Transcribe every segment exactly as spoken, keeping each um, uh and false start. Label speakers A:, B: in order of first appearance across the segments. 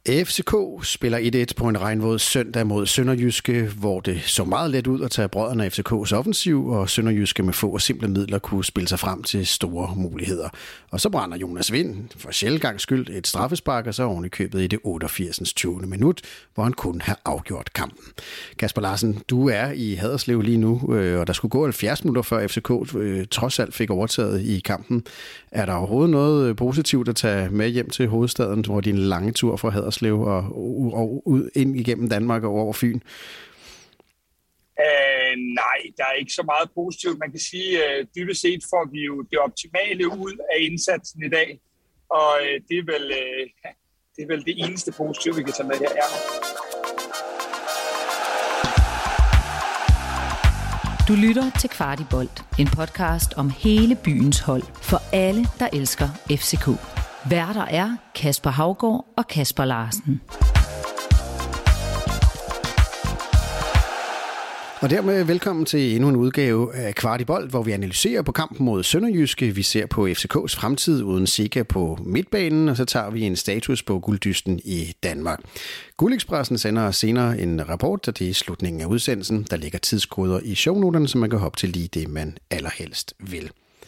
A: F C K spiller et et på en regnvåd søndag mod SønderjyskE, hvor det så meget let ud at tage brødrene af F C K's offensiv, og SønderjyskE med få og simple midler kunne spille sig frem til store muligheder. Og så brænder Jonas Vind for sjældent gang skyld et straffespark, og så oven i købet i det otteogfirs tyvende minut, hvor han kunne have afgjort kampen. Kasper Larsen, du er i Haderslev lige nu, og der skulle gå halvfjerds minutter før F C K øh, trods alt fik overtaget i kampen. Er der overhovedet noget positivt at tage med hjem til hovedstaden, hvor din lange tur fra Haderslev og, og ud ind igennem Danmark og over Fyn?
B: Uh, nej, der er ikke så meget positivt. Man kan sige, uh, dybest set får vi jo det optimale ud af indsatsen i dag, og uh, det, er vel, uh, det er vel det eneste positive, vi kan tage med her. Ja.
C: Du lytter til Kvartibolt, en podcast om hele byens hold for alle, der elsker F C K. Værter er Kasper Haugaard og Kasper Larsen.
A: Og dermed velkommen til endnu en udgave af Kvartibolt, hvor vi analyserer på kampen mod SønderjyskE. Vi ser på F C K's fremtid uden Sega på midtbanen, og så tager vi en status på gulddysten i Danmark. Guldekspressen sender senere en rapport, der det er i slutningen af udsendelsen. Der ligger tidskoder i shownoterne, så man kan hoppe til lige det, man allerhelst vil.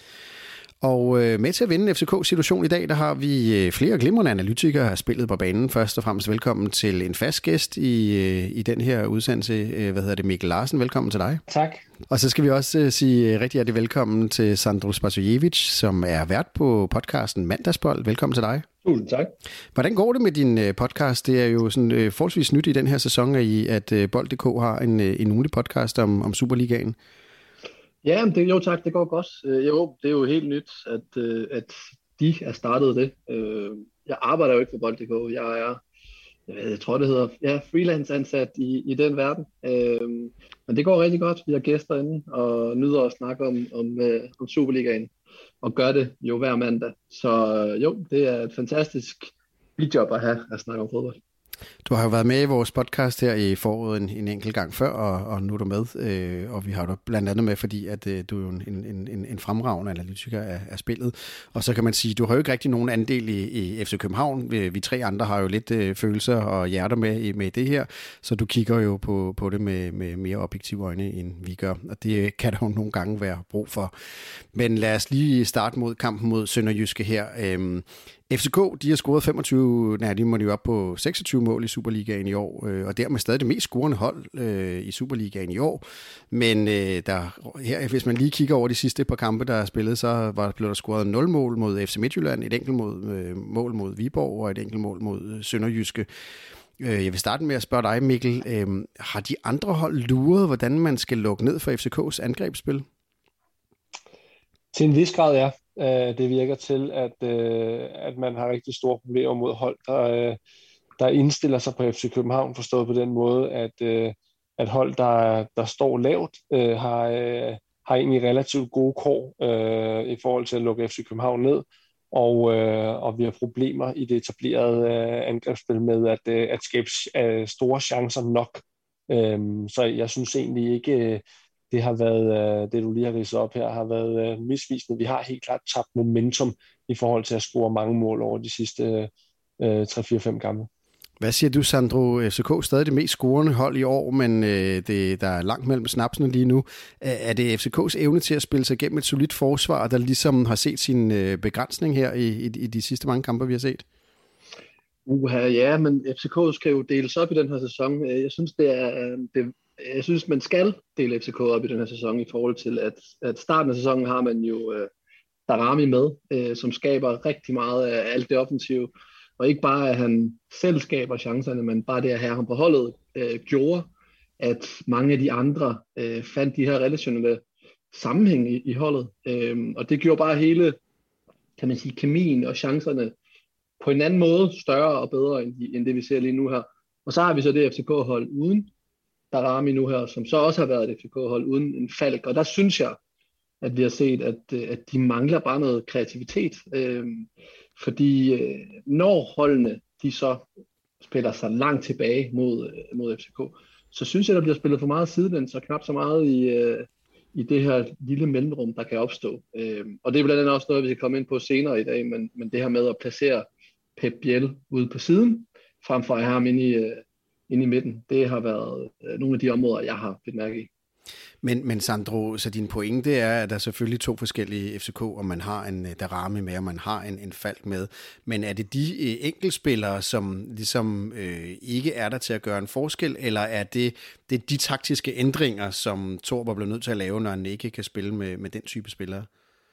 A: Og med til at vende F C K's situation i dag, der har vi flere glimrende analytikere af spillet på banen. Først og fremmest velkommen til en fast gæst i, i den her udsendelse. Hvad hedder det, Mikkel Larsen? Velkommen til dig.
D: Tak.
A: Og så skal vi også sige rigtig hjertelig velkommen til Sandro Spasojevic, som er vært på podcasten Mandagsbold. Velkommen til dig.
D: Tusind tak.
A: Hvordan går det med din podcast? Det er jo sådan forholdsvis nyt i den her sæson, at Bold punktum d k har en, en ugenlig podcast om, om Superligaen.
D: Ja, det, jo tak, det går godt. Øh, jo, det er jo helt nyt, at, øh, at de er startet det. Øh, jeg arbejder jo ikke for Bold punktum d k. Jeg er, jeg, ved, jeg tror det hedder, ja, freelance ansat i, i den verden. Øh, men det går rigtig godt. Vi har gæster inde og nyder at snakke om, om, øh, om Superligaen. Og gør det jo hver mandag. Så jo, det er et fantastisk job at have at snakke om fodbold.
A: Du har jo været med i vores podcast her i foråret en, en enkelt gang før, og, og nu er du med. Øh, og vi har dig blandt andet med, fordi at, øh, du er jo en, en, en, en fremragende analytiker af, af spillet. Og så kan man sige, du har jo ikke rigtig nogen andel i, i F C København. Vi, vi tre andre har jo lidt øh, følelser og hjerter med, med det her, så du kigger jo på, på det med, med mere objektive øjne, end vi gør. Og det kan der jo nogle gange være brug for. Men lad os lige starte mod kampen mod SønderjyskE her. Øh, F C K, de har scoret femogtyve, nej, de må jo op på seksogtyve mål i Superligaen i år, øh, og dermed stadig det mest scorende hold øh, i Superligaen i år. Men øh, der, her, hvis man lige kigger over de sidste par kampe, der er spillet, så var, blev der scoret nul mål mod F C Midtjylland, et enkelt mål, øh, mål mod Viborg og et enkelt mål mod SønderjyskE. Jeg vil starte med at spørge dig, Mikkel. Øh, har de andre hold luret, hvordan man skal lukke ned for F C K's angrebsspil?
E: Til en vis grad, ja. Det virker til, at, at man har rigtig store problemer mod hold, der, der indstiller sig på F C København, forstået på den måde, at, at hold, der, der står lavt, har, har egentlig relativt gode kår i forhold til at lukke F C København ned, og, og vi har problemer i det etablerede angrebsspil med at, at skabe store chancer nok. Så jeg synes egentlig ikke, det har været, det du lige har ridset op her, har været misvisende. Vi har helt klart tabt momentum i forhold til at score mange mål over de sidste øh, tre fire fem kampe.
A: Hvad siger du, Sandro? F C K er stadig det mest scorende hold i år, men øh, det, der er langt mellem snapsene lige nu. Er det F C K's evne til at spille sig igennem et solidt forsvar, der ligesom har set sin øh, begrænsning her i, i, i de sidste mange kampe, vi har set?
D: Uha, ja, men F C K skal jo deles op i den her sæson. Jeg synes, det er... Det Jeg synes, man skal dele F C K op i den her sæson i forhold til, at, at starten af sæsonen har man jo øh, Darami med, øh, som skaber rigtig meget af alt det offensive. Og ikke bare, at han selv skaber chancerne, men bare det at have ham på holdet øh, gjorde, at mange af de andre øh, fandt de her relationelle sammenhæng i, i holdet. Øh, og det gjorde bare hele, kan man sige, kemien og chancerne på en anden måde større og bedre, end, de, end det vi ser lige nu her. Og så har vi så det F C K-hold uden Darami nu her, som så også har været et F C K-hold uden en Falk. Og der synes jeg, at vi har set, at, at de mangler bare noget kreativitet. Øh, fordi øh, når holdene, de så spiller sig langt tilbage mod, øh, mod F C K, så synes jeg, der bliver spillet for meget sidelæns, så knap så meget i, øh, i det her lille mellemrum, der kan opstå. Øh, og det er blandt andet også noget, vi skal komme ind på senere i dag, men, men det her med at placere Pep Biel ude på siden, frem for at have ham inde i, øh, inde i midten. Det har været øh, nogle af de områder, jeg har bidt mærke i.
A: Men, men Sandro, så din pointe er, at der er selvfølgelig to forskellige F C K, og man har en Daramy med, og man har en, en Falk med. Men er det de øh, enkeltspillere, som ligesom øh, ikke er der til at gøre en forskel, eller er det, det er de taktiske ændringer, som Torp blev nødt til at lave, når han ikke kan spille med, med den type spillere?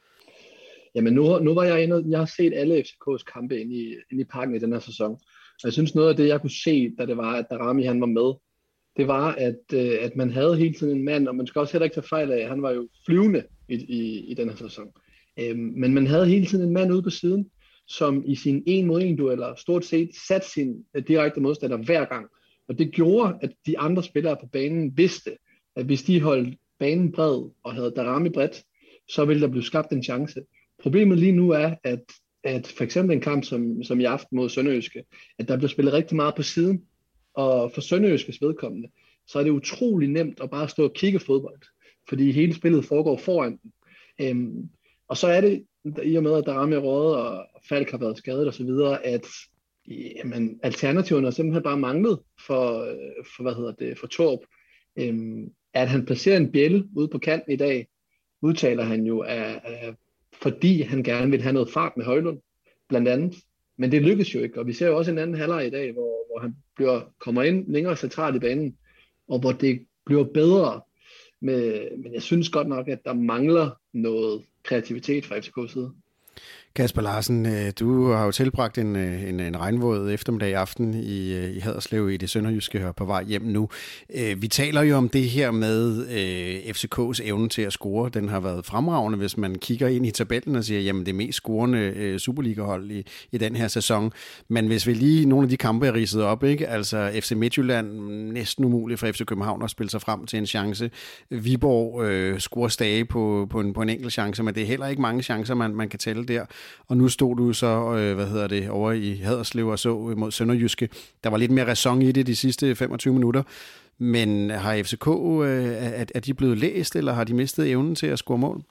D: Jamen nu, nu var jeg inde, jeg har set alle F C K's kampe inde i, inde i parken i den her sæson. Og jeg synes noget af det, jeg kunne se, da det var, at Daramy han var med, det var, at, øh, at man havde hele tiden en mand, og man skal også heller ikke tage fejl af, at han var jo flyvende i, i, i den her sæson. Øhm, men man havde hele tiden en mand ude på siden, som i sine en mod en dueller stort set satte sin uh, direkte modstander hver gang. Og det gjorde, at de andre spillere på banen vidste, at hvis de holdt banen bred og havde Daramy bredt, så ville der blive skabt en chance. Problemet lige nu er, at, at for eksempel en kamp som, som i aften mod Sønderjyske, at der bliver spillet rigtig meget på siden. Og for Sønderjyskes vedkommende, så er det utrolig nemt at bare stå og kigge fodbold, fordi hele spillet foregår foran den. Øhm, og så er det, i og med at Daramy er røget, og Falk har været skadet osv., at jamen, alternativerne har simpelthen bare manglet for, for hvad hedder det, for Torp. Øhm, at han placerer en bjælle ude på kanten i dag, udtaler han jo, af, af, fordi han gerne vil have noget fart med Højlund, blandt andet. Men det lykkes jo ikke, og vi ser jo også en anden halvleg i dag, hvor, hvor han bliver, kommer ind længere centralt i banen, og hvor det bliver bedre. Med, men jeg synes godt nok, at der mangler noget kreativitet fra F C K's side.
A: Kasper Larsen, du har jo tilbragt en, en, en regnvåd eftermiddag i aften i, i Haderslev i det sønderjyske og på vej hjem nu. Vi taler jo om det her med F C K's evne til at score. Den har været fremragende, hvis man kigger ind i tabellen og siger, jamen det mest scorende Superliga-hold i, i den her sæson. Men hvis vi lige nogle af de kampe er ridset op, ikke? Altså F C Midtjylland, næsten umuligt for F C København at spille sig frem til en chance. Viborg øh, scorer stage på, på, en, på en enkelt chance, men det er heller ikke mange chancer, man, man kan tælle der. Og nu stod du så, øh, hvad hedder det, over i Haderslev og så mod Sønderjyske. Der var lidt mere ræson i det de sidste femogtyve minutter. Men har F C K, øh, er, er de blevet læst, eller har de mistet evnen til at score mål?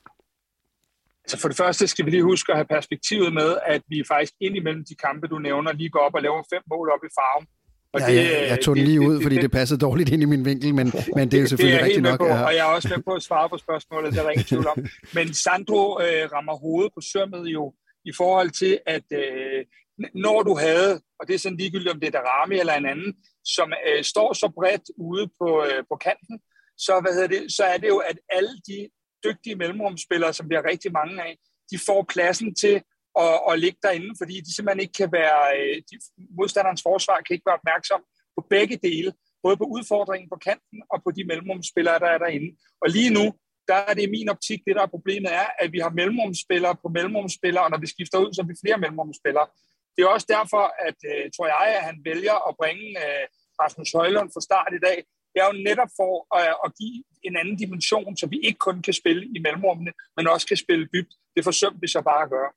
B: Så for det første skal vi lige huske at have perspektivet med, at vi faktisk indimellem de kampe, du nævner, lige går op og laver fem mål op i Farum. Og
A: ja,
B: det,
A: jeg, jeg tog den lige
B: det,
A: ud,
B: det,
A: fordi
B: det,
A: det passede dårligt ind i min vinkel, men, men det er jo selvfølgelig
B: det er
A: rigtigt nok.
B: På,
A: Ja.
B: Og jeg er også med på at svare på spørgsmålet, der er ingen tvivl om. Men Sandro øh, rammer hovedet på sømmet jo, i forhold til, at øh, når du havde, og det er sådan ligegyldigt, om det er Daramy eller en anden, som øh, står så bredt ude på, øh, på kanten, så, hvad hedder det, så er det jo, at alle de dygtige mellemrumsspillere, som vi har rigtig mange af, de får pladsen til at, at ligge derinde, fordi de simpelthen ikke kan være, øh, de, modstanderens forsvar kan ikke være opmærksom på begge dele, både på udfordringen på kanten og på de mellemrumsspillere, der er derinde. Og lige nu, der er det i min optik, det der er problemet er, at vi har mellemrumsspillere på mellemrumsspillere, og når vi skifter ud, så har vi flere mellemrumsspillere. Det er også derfor, at øh, tror jeg, at han vælger at bringe øh, Rasmus Højlund fra start i dag. Det er jo netop for øh, at give en anden dimension, så vi ikke kun kan spille i mellemrummene, men også kan spille dybt. Det forsømte vi så bare at gøre.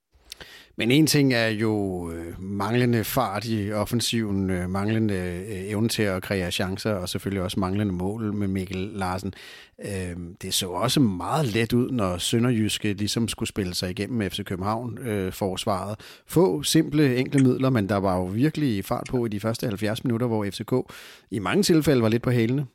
A: Men en ting er jo øh, manglende fart i offensiven, øh, manglende øh, evne til at kreere chancer, og selvfølgelig også manglende mål med Mikkel Larsen. Øh, det så også meget let ud, når Sønderjyske ligesom skulle spille sig igennem F C København-forsvaret. Øh, Få simple, enkle midler, men der var jo virkelig fart på i de første halvfjerds minutter, hvor F C K i mange tilfælde var lidt på hælene.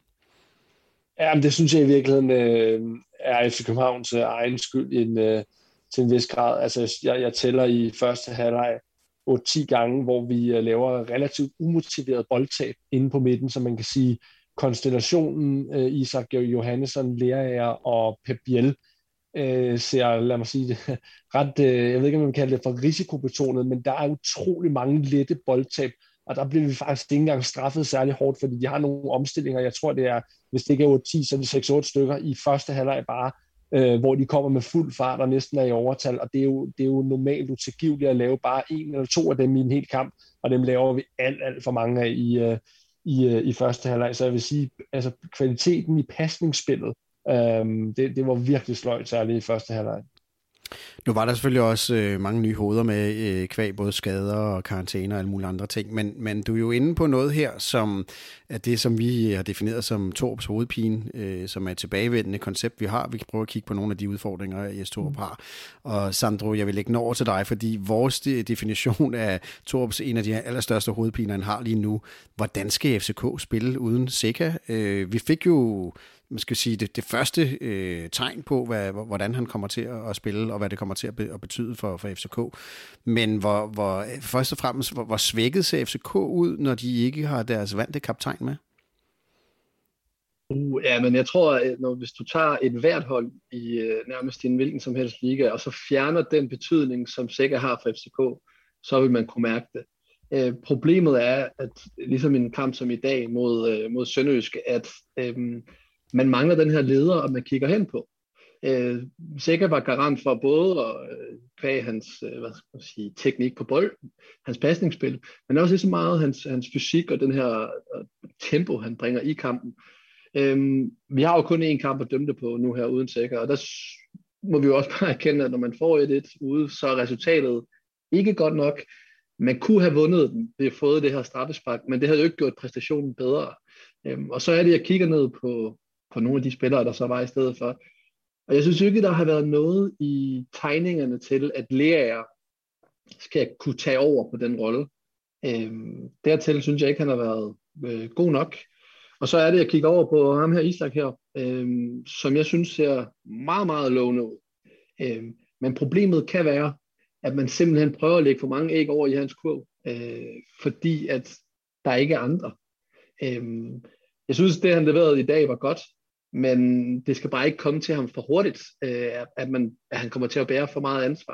E: Ja, men det synes jeg i virkeligheden øh, er F C Københavns øh, egen skyld i en... Øh, til en vis grad. Altså, jeg, jeg tæller i første halvleg otte ti gange, hvor vi uh, laver relativt umotiveret boldtab inde på midten, så man kan sige, konstellationen uh, Isak Johannesson, Lerager og Pep Biel uh, ser, lad mig sige det, ret, uh, jeg ved ikke, om man kan kalde det for risikobetonet, men der er utrolig mange lette boldtab, og der bliver vi faktisk ikke engang straffet særlig hårdt, fordi de har nogle omstillinger. Jeg tror, det er, hvis det ikke er otte ti, så er det seks otte stykker i første halvleg bare, Øh, hvor de kommer med fuld fart og næsten er i overtal, og det er jo, det er jo normalt utilgiveligt at lave bare en eller to af dem i en hel kamp, og dem laver vi alt, alt for mange af i, i, i første halvleg. Så jeg vil sige, altså kvaliteten i pasningsspillet, øh, det, det var virkelig sløjt, særligt i første halvleg.
A: Nu var der selvfølgelig også øh, mange nye hoveder med øh, kvæg, både skader og karantæner og alle mulige andre ting, men, men du er jo inde på noget her, som er det, som vi har defineret som Thorups hovedpine, øh, som er et tilbagevendende koncept, vi har. Vi kan prøve at kigge på nogle af de udfordringer, Jes Thorup har. Og Sandro, jeg vil lægge den over til dig, fordi vores de, definition af Thorups en af de allerstørste hovedpiner, han har lige nu. Hvordan skal F C K spille uden Zeca? Øh, vi fik jo man skal sige, det, det første øh, tegn på, hvad, hvordan han kommer til at, at spille, og hvad det kommer til at, be, at betyde for, for F C K. Men hvor, hvor, først og fremmest, hvor, hvor svækket ser F C K ud, når de ikke har deres vante kaptajn med?
D: Uh, ja, men jeg tror, at når, hvis du tager et hvert hold i øh, nærmest i en hvilken som helst liga, og så fjerner den betydning, som Zeca har for F C K, så vil man kunne mærke det. Øh, problemet er, at ligesom en kamp som i dag mod, øh, mod Sønderjyske, at øh, man mangler den her leder, og man kigger hen på. Øh, Zeca var garant for både at øh, kvæge hans øh, hvad skal man sige, teknik på bolden, hans pasningsspil, men også lige så meget hans, hans fysik og den her øh, tempo, han bringer i kampen. Øh, vi har jo kun én kamp at dømme det på nu her uden Zeca, og der må vi jo også bare erkende, at når man får et et ude, så er resultatet ikke godt nok. Man kunne have vundet den, ved at fået det her straffespark, men det havde jo ikke gjort præstationen bedre. Øh, og så er det, jeg kigger ned på på nogle af de spillere, der så var i stedet for. Og jeg synes ikke, der har været noget i tegningerne til, at Leaer skal kunne tage over på den rolle. Øhm, dertil synes jeg ikke, han har været øh, god nok. Og så er det, jeg kigger over på ham her, Isak her, øhm, som jeg synes ser meget, meget lovende ud. Øhm, men problemet kan være, at man simpelthen prøver at lægge for mange æg over i hans kurv, øh, fordi at der ikke er andre. Øhm, jeg synes, det han leverede i dag var godt, men det skal bare ikke komme til ham for hurtigt, øh, at, man, at han kommer til at bære for meget ansvar.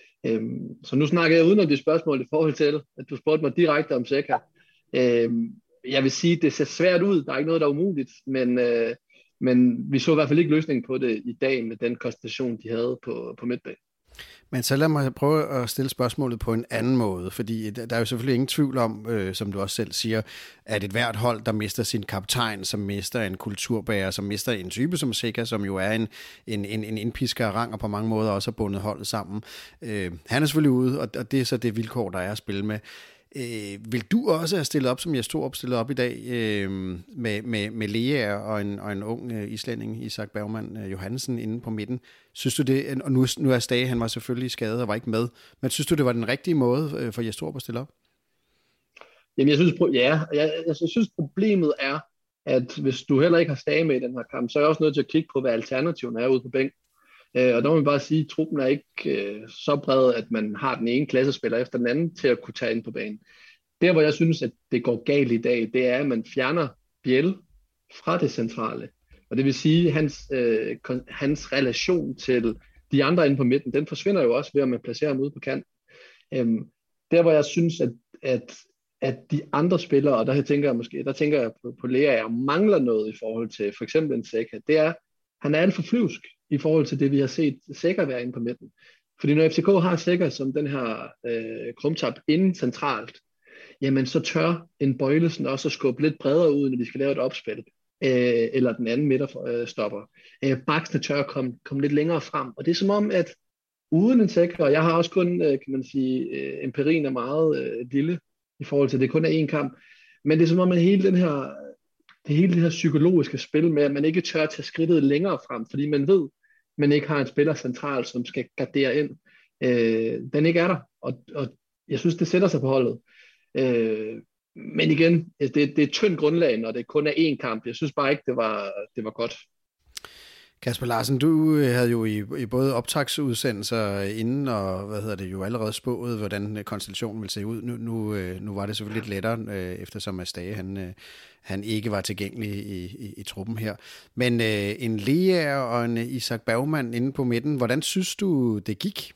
D: Øhm, så nu snakker jeg uden om de spørgsmål i forhold til, at du spurgte mig direkte om Zeca. Øhm, jeg vil sige, at det ser svært ud. Der er ikke noget, der er umuligt, men, øh, men vi så i hvert fald ikke løsningen på det i dag med den konstellation, de havde på, på midtbanen.
A: Men så lad mig prøve at stille spørgsmålet på en anden måde, fordi der er jo selvfølgelig ingen tvivl om, øh, som du også selv siger, at et hvert hold, der mister sin kaptajn, som mister en kulturbærer, som mister en type som Zeca, som jo er en, en, en, en indpisker af rang, og på mange måder også har bundet holdet sammen. Øh, han er selvfølgelig ude, og, og det er så det vilkår, der er at spille med. Øh, vil du også have stillet op, som Jes Thorup stillet op i dag, øh, med, med, med Leaer og en, og en ung øh, islænding, Isak Bergman øh, Johansen, inde på midten? Synes du det, og nu, nu er Stage, han var selvfølgelig skadet og var ikke med, men synes du, det var den rigtige måde øh, for Jes Thorup at stille op?
D: Jamen, jeg synes, ja, jeg, jeg synes, problemet er, at hvis du heller ikke har Stage med i den her kamp, så er jeg også nødt til at kigge på, hvad alternativen er ude på bænken. Og der må man bare sige, at truppen er ikke øh, så bred, at man har den ene klassespiller efter den anden til at kunne tage ind på banen. Der, hvor jeg synes, at det går galt i dag, det er, at man fjerner Biel fra det centrale. Og det vil sige, at hans, øh, hans relation til de andre inde på midten, den forsvinder jo også ved, at man placerer ham ude på kanten. Øhm, der, hvor jeg synes, at, at, at de andre spillere, og der tænker jeg måske, der tænker jeg på, på Leaer, mangler noget i forhold til for eksempel en Zeca, det er, han er alt for flyvsk i forhold til det, vi har set Zeca være inde på midten. Fordi når F C K har Zeca som den her øh, krumtap inden centralt, jamen så tør en Bøjlesen også at skubbe lidt bredere ud, når de skal lave et opspil, øh, eller den anden midterstopper. Øh, Baksene tør at komme, komme lidt længere frem, og det er som om, at uden en Zeca, og jeg har også kun, øh, kan man sige, øh, empirien er meget øh, lille, i forhold til, at det kun er én kamp, men det er som om, at hele den her det hele det her psykologiske spil med, at man ikke tør at tage skridtet længere frem, fordi man ved, man ikke har en spiller central, som skal gardere ind. Øh, den ikke er der, og, og jeg synes, det sætter sig på holdet. Øh, men igen, det, det er et tyndt grundlag, når det kun er én kamp. Jeg synes bare ikke, det var, det var godt.
A: Kasper Larsen, du havde jo i, i både optagsudsendelser inden, og hvad hedder det, jo allerede spået, hvordan konstellationen ville se ud. Nu, nu, nu var det selvfølgelig lidt lettere, eftersom at Stage, han, han ikke var tilgængelig i, i, i truppen her. Men øh, en Leaer og en Isak Bergman inde på midten, hvordan synes du, det gik?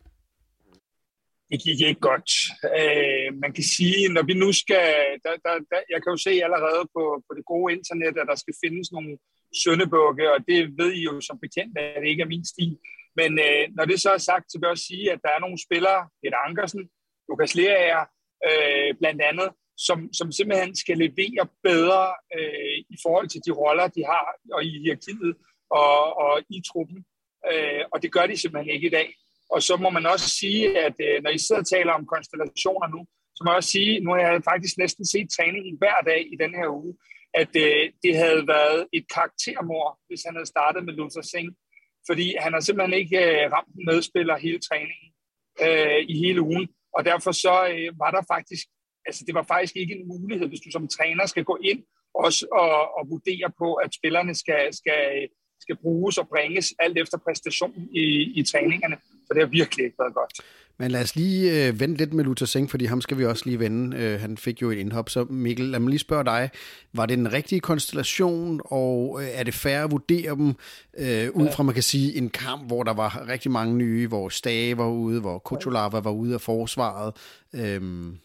B: Det gik ikke godt. Øh, man kan sige, når vi nu skal... Der, der, der, jeg kan jo se allerede på, på det gode internet, at der skal findes nogle søndebukke, og det ved I jo som bekendt, at det ikke er min stil. Men øh, når det så er sagt, så vil jeg også sige, at der er nogle spillere, Peter Ankersen, Lukas Leaer, øh, blandt andet, som, som simpelthen skal levere bedre øh, i forhold til de roller, de har, og i hierarkiet og, og i truppen. Øh, og det gør de simpelthen ikke i dag. Og så må man også sige, at øh, når I sidder og taler om konstellationer nu, så må jeg også sige, nu har jeg faktisk næsten set træningen hver dag i den her uge, at øh, det havde været et karaktermord, hvis han havde startet med Luther Singh. Fordi han har simpelthen ikke øh, ramt en medspiller hele træningen øh, i hele ugen. Og derfor så øh, var der faktisk, altså det var faktisk ikke en mulighed, hvis du som træner skal gå ind også og, og vurdere på, at spillerne skal, skal, skal bruges og bringes alt efter præstationen i, i træningerne. Så det har virkelig ikke været godt.
A: Men lad os lige øh, vente lidt med Luther Singh, fordi ham skal vi også lige vende. Øh, han fik jo et indhop. Så Mikkel, lad mig lige spørge dig. Var det en rigtig konstellation, og øh, er det fair at vurdere dem øh, ud fra, man kan sige, en kamp, hvor der var rigtig mange nye, hvor Stage var ude, hvor Kuchulava var ude af forsvaret? Øh...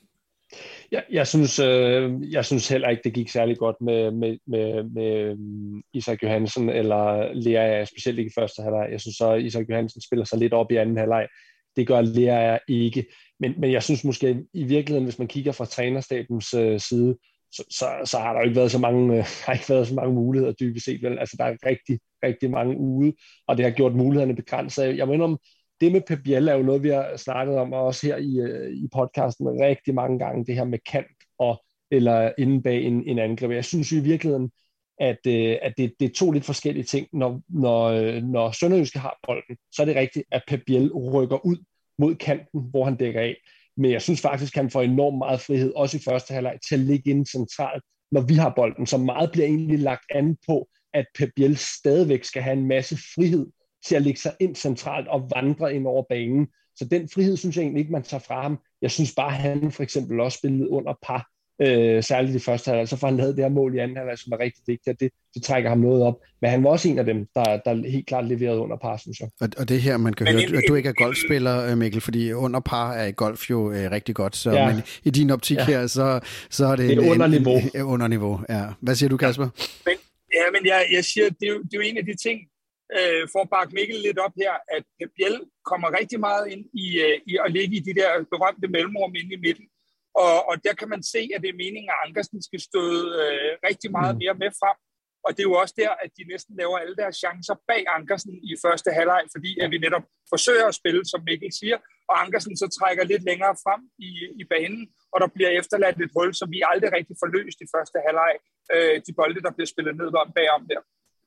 E: Ja, jeg, synes, øh, jeg synes heller ikke, det gik særlig godt med, med, med, med Isak Johansen eller Lea, specielt ikke i første halvleg. Jeg synes så, at Isak Johansen spiller sig lidt op i anden halvleg. Det gør Lea ikke. Men, men jeg synes måske i virkeligheden, hvis man kigger fra trænerstabens øh, side, så, så, så har der jo ikke været så mange, øh, har ikke været så mange muligheder dybest set. Vel? Altså der er rigtig, rigtig mange ude, og det har gjort mulighederne begrænset. Jeg mener om, det med Pep Biel er jo noget, vi har snakket om, og også her i, øh, i podcasten rigtig mange gange, det her med kant og, eller inden bag en, en angreb. Jeg synes i virkeligheden, at, øh, at det, det er to lidt forskellige ting. Når, når, når Sønderjyske har bolden, så er det rigtigt, at Pep Biel rykker ud mod kanten, hvor han dækker af. Men jeg synes faktisk, at han får enormt meget frihed, også i første halvleg, til at ligge inde centralt, når vi har bolden. Så meget bliver egentlig lagt an på, at Pep Biel stadigvæk skal have en masse frihed til at lægge sig ind centralt og vandre ind over banen. Så den frihed synes jeg egentlig ikke, man tager fra ham. Jeg synes bare, at han for eksempel også spillede under par, øh, særligt i første halvleg. Så får han lavet det her mål i anden halvleg, som er rigtig vigtigt, og det, det trækker ham noget op. Men han var også en af dem, der, der helt klart leverede under par, synes jeg.
A: Og, og det her, man kan men høre, at du ikke er golfspiller, Mikkel, fordi under par er i golf jo øh, rigtig godt. Så ja. Men i din optik ja. her, så, så er det,
E: det er
A: en,
E: under niveau.
A: En, en, under niveau. Ja. Hvad siger du, Kasper?
B: Men, ja, men jeg, jeg siger, det er, jo, det er jo en af de ting, øh, for at bakke Mikkel lidt op her, at Pep Biel kommer rigtig meget ind i, øh, i at ligge i de der berømte mellemrum inde i midten. Og, og der kan man se, at det er meningen, at Ankersen skal støde øh, rigtig meget mere med frem. Og det er jo også der, at de næsten laver alle deres chancer bag Ankersen i første halvleg, fordi at vi netop forsøger at spille, som Mikkel siger, og Ankersen så trækker lidt længere frem i, i banen, og der bliver efterladt et hul, som vi aldrig rigtig får løst i første halvleg. Øh, de bolde, der bliver spillet ned bagom der.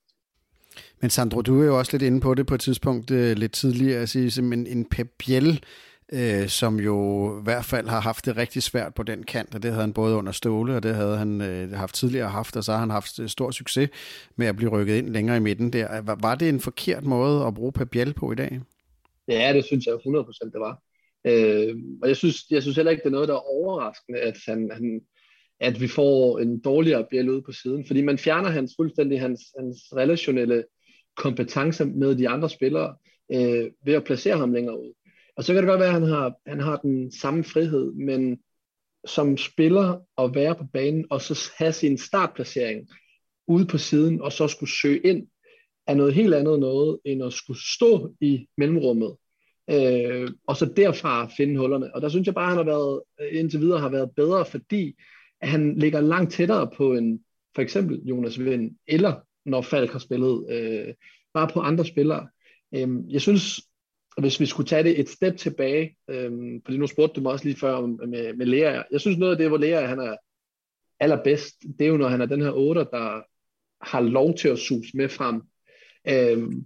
A: Men Sandro, du er jo også lidt inde på det på et tidspunkt øh, lidt tidligere, at sige, en, en Pep Biel, øh, som jo i hvert fald har haft det rigtig svært på den kant, og det havde han både under Ståle, og det havde han øh, haft tidligere haft, og så har han haft stor succes med at blive rykket ind længere i midten der. Var, var det en forkert måde at bruge Pep Biel på i dag?
D: Ja, det synes jeg hundrede procent det var. Øh, og jeg synes, jeg synes heller ikke, det er noget, der er overraskende, at, han, han, at vi får en dårligere Biel ude på siden, fordi man fjerner hans fuldstændig hans, hans relationelle kompetencer med de andre spillere øh, ved at placere ham længere ud. Og så kan det godt være, at han har, han har den samme frihed, men som spiller at være på banen, og så have sin startplacering ude på siden, og så skulle søge ind, er noget helt andet noget, end at skulle stå i mellemrummet, øh, og så derfra finde hullerne. Og der synes jeg bare, at han har været, indtil videre har været bedre, fordi at han ligger langt tættere på en, for eksempel Jonas Vind, eller når Falk har spillet, øh, bare på andre spillere. Øh, jeg synes, hvis vi skulle tage det et step tilbage, øhm, fordi nu spurgte du mig også lige før om, med, med Lea. Jeg synes noget af det, hvor Lea han er allerbedst, det er jo, når han er den her otter, der har lov til at suse med frem. Øhm,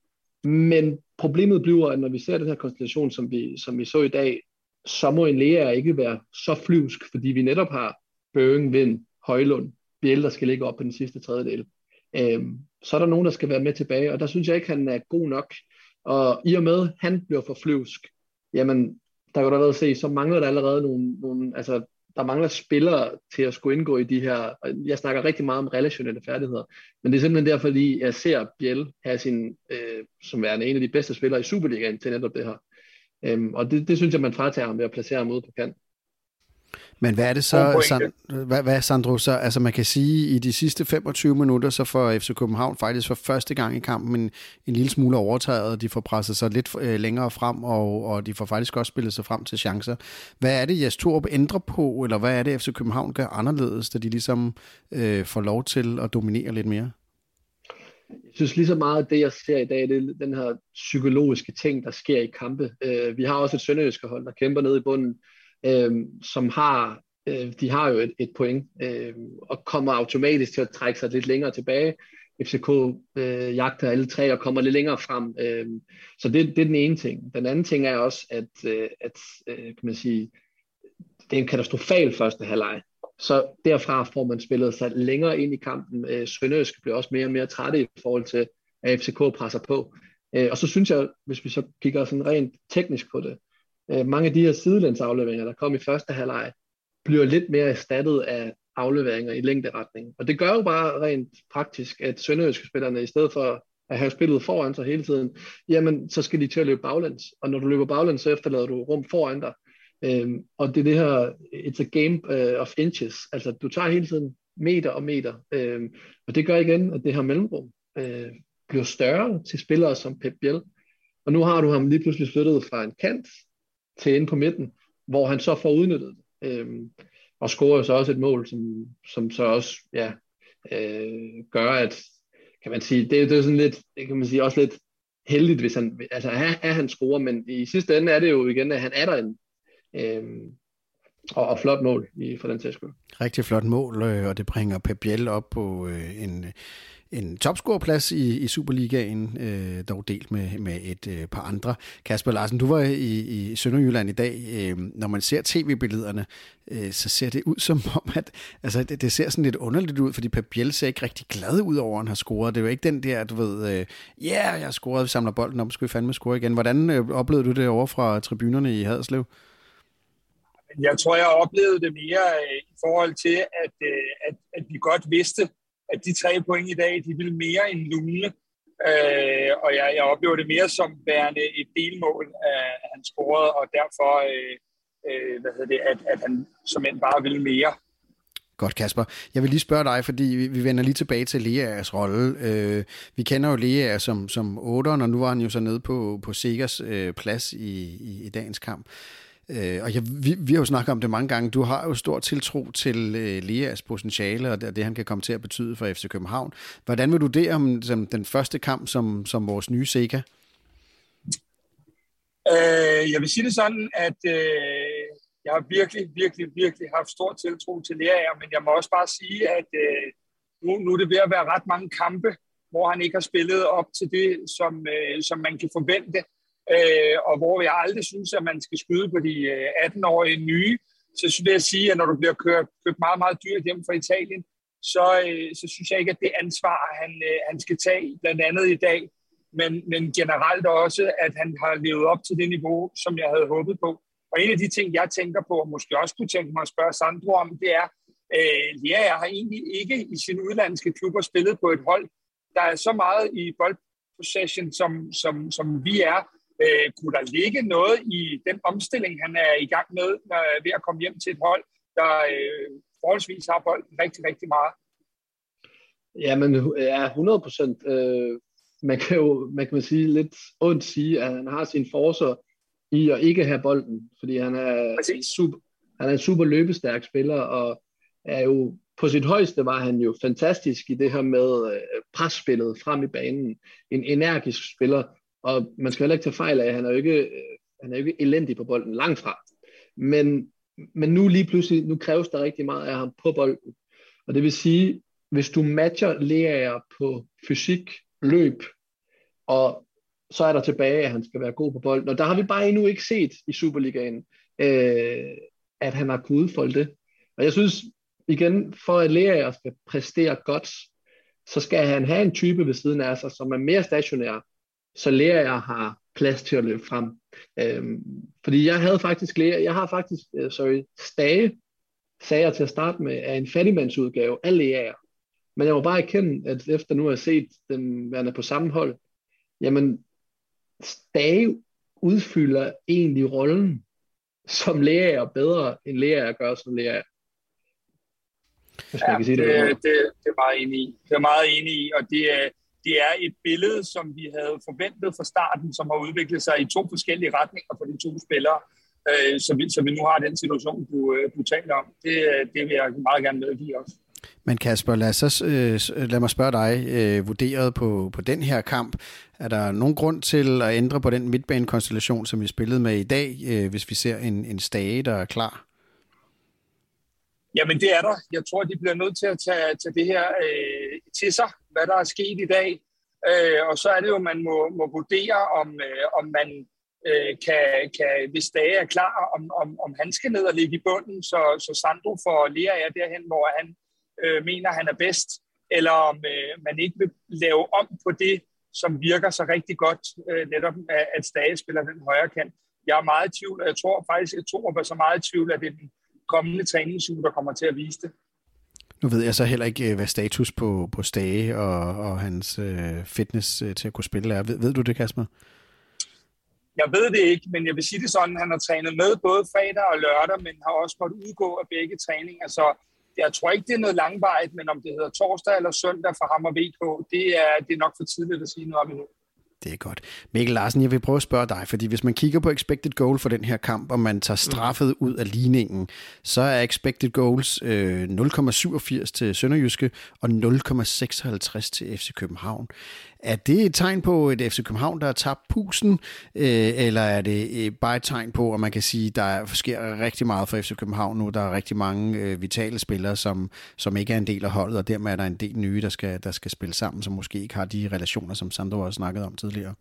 D: men problemet bliver, at når vi ser den her konstellation, som vi, som vi så i dag, så må en Lea ikke være så flyvsk, fordi vi netop har Børing, Vind, Højlund, Biel, der skal ligge op på den sidste tredjedel. Øhm, så er der nogen, der skal være med tilbage, og der synes jeg ikke, han er god nok. Og i og med, han bliver for flyvsk, jamen, der kan du allerede se, så mangler der allerede nogle, nogle, altså, der mangler spillere til at skulle indgå i de her, jeg snakker rigtig meget om relationelle færdigheder, men det er simpelthen derfor, fordi jeg ser Biel have sin, øh, som værende en af de bedste spillere i Superligaen til netop det her. Øhm, og det, det synes jeg, man fratager ham ved at placere ham ude på kant.
A: Men hvad er det så, Sand, hvad, hvad Sandro, så, altså man kan sige, i de sidste femogtyve minutter, så får F C København faktisk for første gang i kampen en, en lille smule overtaget, de får presset sig lidt øh, længere frem, og, og de får faktisk også spillet sig frem til chancer. Hvad er det, Jes Torup ændrer på, eller hvad er det, F C København gør anderledes, da de ligesom øh, får lov til at dominere lidt mere?
D: jeg synes lige så meget, at det, jeg ser i dag, det er den her psykologiske ting, der sker i kampe. Øh, vi har også et sønderjyske hold, der kæmper nede i bunden, øh, som har, øh, de har jo et, et point, øh, og kommer automatisk til at trække sig lidt længere tilbage. F C K øh, jagter alle tre og kommer lidt længere frem. Øh, så det, det er den ene ting. Den anden ting er også, at, øh, at øh, kan man sige, det er en katastrofal første halvleg. Så derfra får man spillet sig længere ind i kampen. Øh, Sønderjyske bliver også mere og mere trætte i forhold til, at F C K presser på. Øh, og så synes jeg, hvis vi så kigger sådan rent teknisk på det, øh, mange af de her sidelænsafleveringer, der kom i første halvleg, bliver lidt mere erstattet af afleveringer i længderetning. Og det gør jo bare rent praktisk, at sønderjyske spillerne, i stedet for at have spillet foran sig hele tiden, jamen så skal de til at løbe baglæns. Og når du løber baglæns, så efterlader du rum foran dig. Øhm, og det er det her, it's a game uh, of inches. Altså du tager hele tiden meter og meter. Øhm, og det gør igen, at det her mellemrum øh, bliver større til spillere som Pep Biel. Og nu har du ham lige pludselig flyttet fra en kant til inde på midten, hvor han så får udnyttet det. Øhm, og scorer så også et mål, som, som så også ja, øh, gør, at kan man sige, det, det er sådan lidt, kan man sige, også lidt heldigt, hvis han, altså er, er han scorer, men i sidste ende er det jo igen, at han er der en, øh, og, og flot mål i, for den sags skyld.
A: Rigtig flot mål, og det bringer Pep Biel op på en, en topscorerplads i, i Superligaen, øh, dog delt med, med et øh, par andre. Kasper Larsen, du var i, i Sønderjylland i dag. Øh, når man ser tv-billederne, øh, så ser det ud som om, at altså, det, det ser sådan lidt underligt ud, fordi Pep Biel ser ikke rigtig glad ud over, at han har scoret. Det er jo ikke den der, du ved, ja, øh, yeah, jeg har scoret, vi samler bolden op, skal vi fandme score igen. Hvordan øh, oplevede du det over fra tribunerne i Haderslev?
B: Jeg tror, jeg oplevede det mere øh, i forhold til, at, øh, at, at vi godt vidste, at de tre point i dag, de ville mere end lugne. Øh, og jeg, jeg oplever det mere som værende et delmål, at han scorede, og derfor øh, øh, hvad hedder det, at, at han som end bare ville mere.
A: Godt, Kasper. Jeg vil lige spørge dig, fordi vi, vi vender lige tilbage til Leas rolle. Øh, vi kender jo Lea som, som otteren, og nu var han jo så nede på, på Segas øh, plads i, i, i dagens kamp. Øh, og jeg, vi, vi har jo snakket om det mange gange. Du har jo stor tiltro til øh, Leas potentiale og det, det, han kan komme til at betyde for F C København. Hvordan vil du det om som den første kamp som, som vores nye Sega?
B: Øh, jeg vil sige det sådan, at øh, jeg har virkelig, virkelig, virkelig haft stor tiltro til Lea, men jeg må også bare sige, at øh, nu, nu er det ved at være ret mange kampe, hvor han ikke har spillet op til det, som, øh, som man kan forvente. Øh, og hvor jeg aldrig synes, at man skal skyde på de øh, atten-årige nye, så vil jeg sige, at når du bliver kørt, kørt meget, meget dyrt hjem fra Italien, så, øh, så synes jeg ikke, at det ansvar, han, øh, han skal tage, blandt andet i dag, men, men generelt også, at han har levet op til det niveau, som jeg havde håbet på. Og en af de ting, jeg tænker på, og måske også kunne tænke mig at spørge Sandro om, det er, øh, ja, jeg har egentlig ikke i sine udlandske klubber spillet på et hold, der er så meget i boldpossession, som, som, som vi er. Øh, kunne der ligge noget i den omstilling, han er i gang med, når, ved at komme hjem til et hold, der øh, forholdsvis har bolden rigtig, rigtig meget?
D: Jamen, ja, hundrede procent. Øh, man kan jo man kan sige lidt ondt sige, at han har sin forser i at ikke have bolden, fordi han er, super, han er en super løbestærk spiller, og er jo på sit højeste var han jo fantastisk i det her med øh, presspillet frem i banen. En energisk spiller. Og man skal heller ikke tage fejl af, at han er jo ikke, han er jo ikke elendig på bolden, langt fra. Men, men nu lige pludselig, nu kræves der rigtig meget af ham på bolden. Og det vil sige, hvis du matcher Leaer på fysik, løb, og så er der tilbage, at han skal være god på bolden. Og der har vi bare endnu ikke set i Superligaen, øh, at han har kunnet udfolde det. Og jeg synes, igen, for at Leaer skal præstere godt, så skal han have en type ved siden af sig, som er mere stationær, så Leaer har plads til at løbe frem. Øhm, fordi jeg havde faktisk Leaer, jeg har faktisk, uh, sorry, Stage, sagde jeg til at starte med, af en fattigmandsudgave af Leaer. Men jeg må bare erkende, at efter nu at have set dem være på samme hold, jamen, Stage udfylder egentlig rollen som Leaer bedre, end Leaer gør som Leaer.
B: Ja, det, det, det, det er meget enig i. Det er meget enig i, og det er Det er et billede, som vi havde forventet fra starten, som har udviklet sig i to forskellige retninger for de to spillere. Så vi, så vi nu har den situation, du, du taler om. Det, det vil jeg meget gerne medgive også.
A: Men Kasper, lad, så, øh, lad mig spørge dig, øh, vurderet på, på den her kamp, er der nogen grund til at ændre på den midtbanekonstellation, som vi spillede med i dag, øh, hvis vi ser en, en Stage, der er klar?
B: Jamen det er der. Jeg tror, de bliver nødt til at tage, tage det her øh, til sig, hvad der er sket i dag. Øh, og så er det jo, man må, må vurdere, om, øh, om man øh, kan, kan, hvis Stage er klar, om, om, om han skal ned og ligge i bunden, så, så Sandro får Lea af derhen, hvor han øh, mener, han er bedst, eller om øh, man ikke vil lave om på det, som virker så rigtig godt, øh, netop at Stage spiller den højre kant. Jeg er meget i tvivl, og jeg tror faktisk, at Torup er så meget i tvivl, at det er den kommende træningsuge, der kommer til at vise det.
A: Nu ved jeg så heller ikke, hvad status på, på Stage og, og hans øh, fitness øh, til at kunne spille er. Ved, ved du det, Kasper?
B: Jeg ved det ikke, men jeg vil sige det sådan, han har trænet med både fredag og lørdag, men har også måttet udgå af begge træninger. Så jeg tror ikke, det er noget langvarigt, men om det hedder torsdag eller søndag for ham og V K, det er, det er nok for tidligt at sige noget om endnu.
A: Det er godt. Mikkel Larsen, jeg vil prøve at spørge dig, fordi hvis man kigger på expected goal for den her kamp, og man tager straffet ud af ligningen, så er expected goals øh, nul komma syvogfirs til Sønderjyske og nul komma seksoghalvtreds til F C København. Er det et tegn på et F C København, der har tabt pusen, øh, eller er det øh, bare et tegn på, at man kan sige, at der sker rigtig meget for F C København nu? Der er rigtig mange øh, vitale spillere, som, som ikke er en del af holdet, og dermed er der en del nye, der skal, der skal spille sammen, som måske ikke har de relationer, som Sandro også snakkede om tidligere.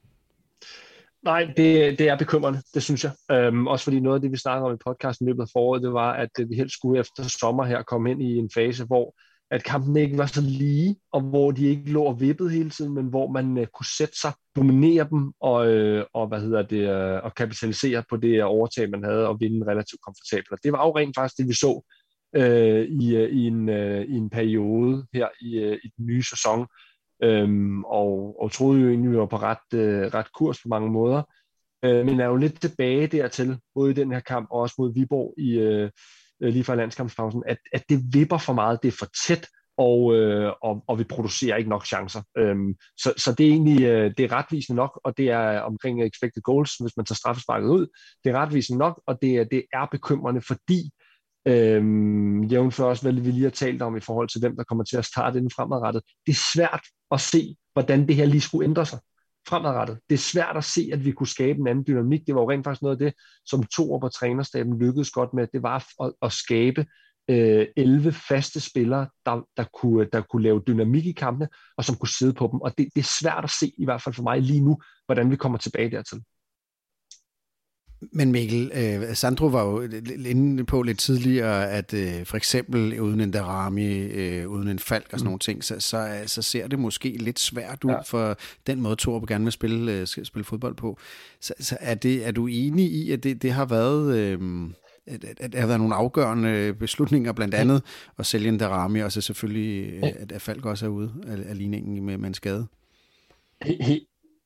E: Nej, det, det er bekymrende, det synes jeg. Øhm, også fordi noget af det, vi snakkede om i podcasten i løbet af foråret, det var, at vi helst skulle efter sommer her komme ind i en fase, hvor at kampen ikke var så lige, og hvor de ikke lå og vippede hele tiden, men hvor man uh, kunne sætte sig, dominere dem og, øh, og, hvad hedder det, øh, og kapitalisere på det overtag, man havde, og vinde relativt komfortabelt. Og det var jo rent faktisk det, vi så øh, i, øh, i, en, øh, i en periode her i, øh, i den nye sæson, øhm, og, og troede jo egentlig, vi var på ret, øh, ret kurs på mange måder, øh, men er jo lidt tilbage dertil, både i den her kamp og også mod Viborg i øh, lige fra landskampspausen, at, at det vipper for meget, det er for tæt, og, øh, og, og vi producerer ikke nok chancer. Øhm, så, så det er egentlig øh, det er retvisende nok, og det er omkring expected goals, hvis man tager straffesparket ud. Det er retvisende nok, og det, det er bekymrende, fordi øhm, jævnfør også, hvad vi lige har talt om i forhold til hvem, der kommer til at starte inden fremadrettet. Det er svært at se, hvordan det her lige skulle ændre sig fremadrettet. Det er svært at se, at vi kunne skabe en anden dynamik. Det var jo rent faktisk noget af det, som Torup og trænerstaben lykkedes godt med. Det var at, at skabe øh, elleve faste spillere, der, der, kunne, der kunne lave dynamik i kampene, og som kunne sidde på dem. Og det, det er svært at se, i hvert fald for mig lige nu, hvordan vi kommer tilbage dertil.
A: Men Mikkel, øh, Sandro var jo inde på lidt tidligere, at øh, for eksempel uden en Darami, øh, uden en Falk og sådan mm. nogle ting, så, så, så ser det måske lidt svært ud ja. for den måde, Torup gerne vil spille, øh, spille fodbold på. Så, så er, det, er du enig i, at det, det har været... Øh, at, at der har været nogle afgørende beslutninger, blandt andet at sælge en Darami, og så selvfølgelig, at, at Falk også er ude af, af ligningen med, med en skade?
E: Helt,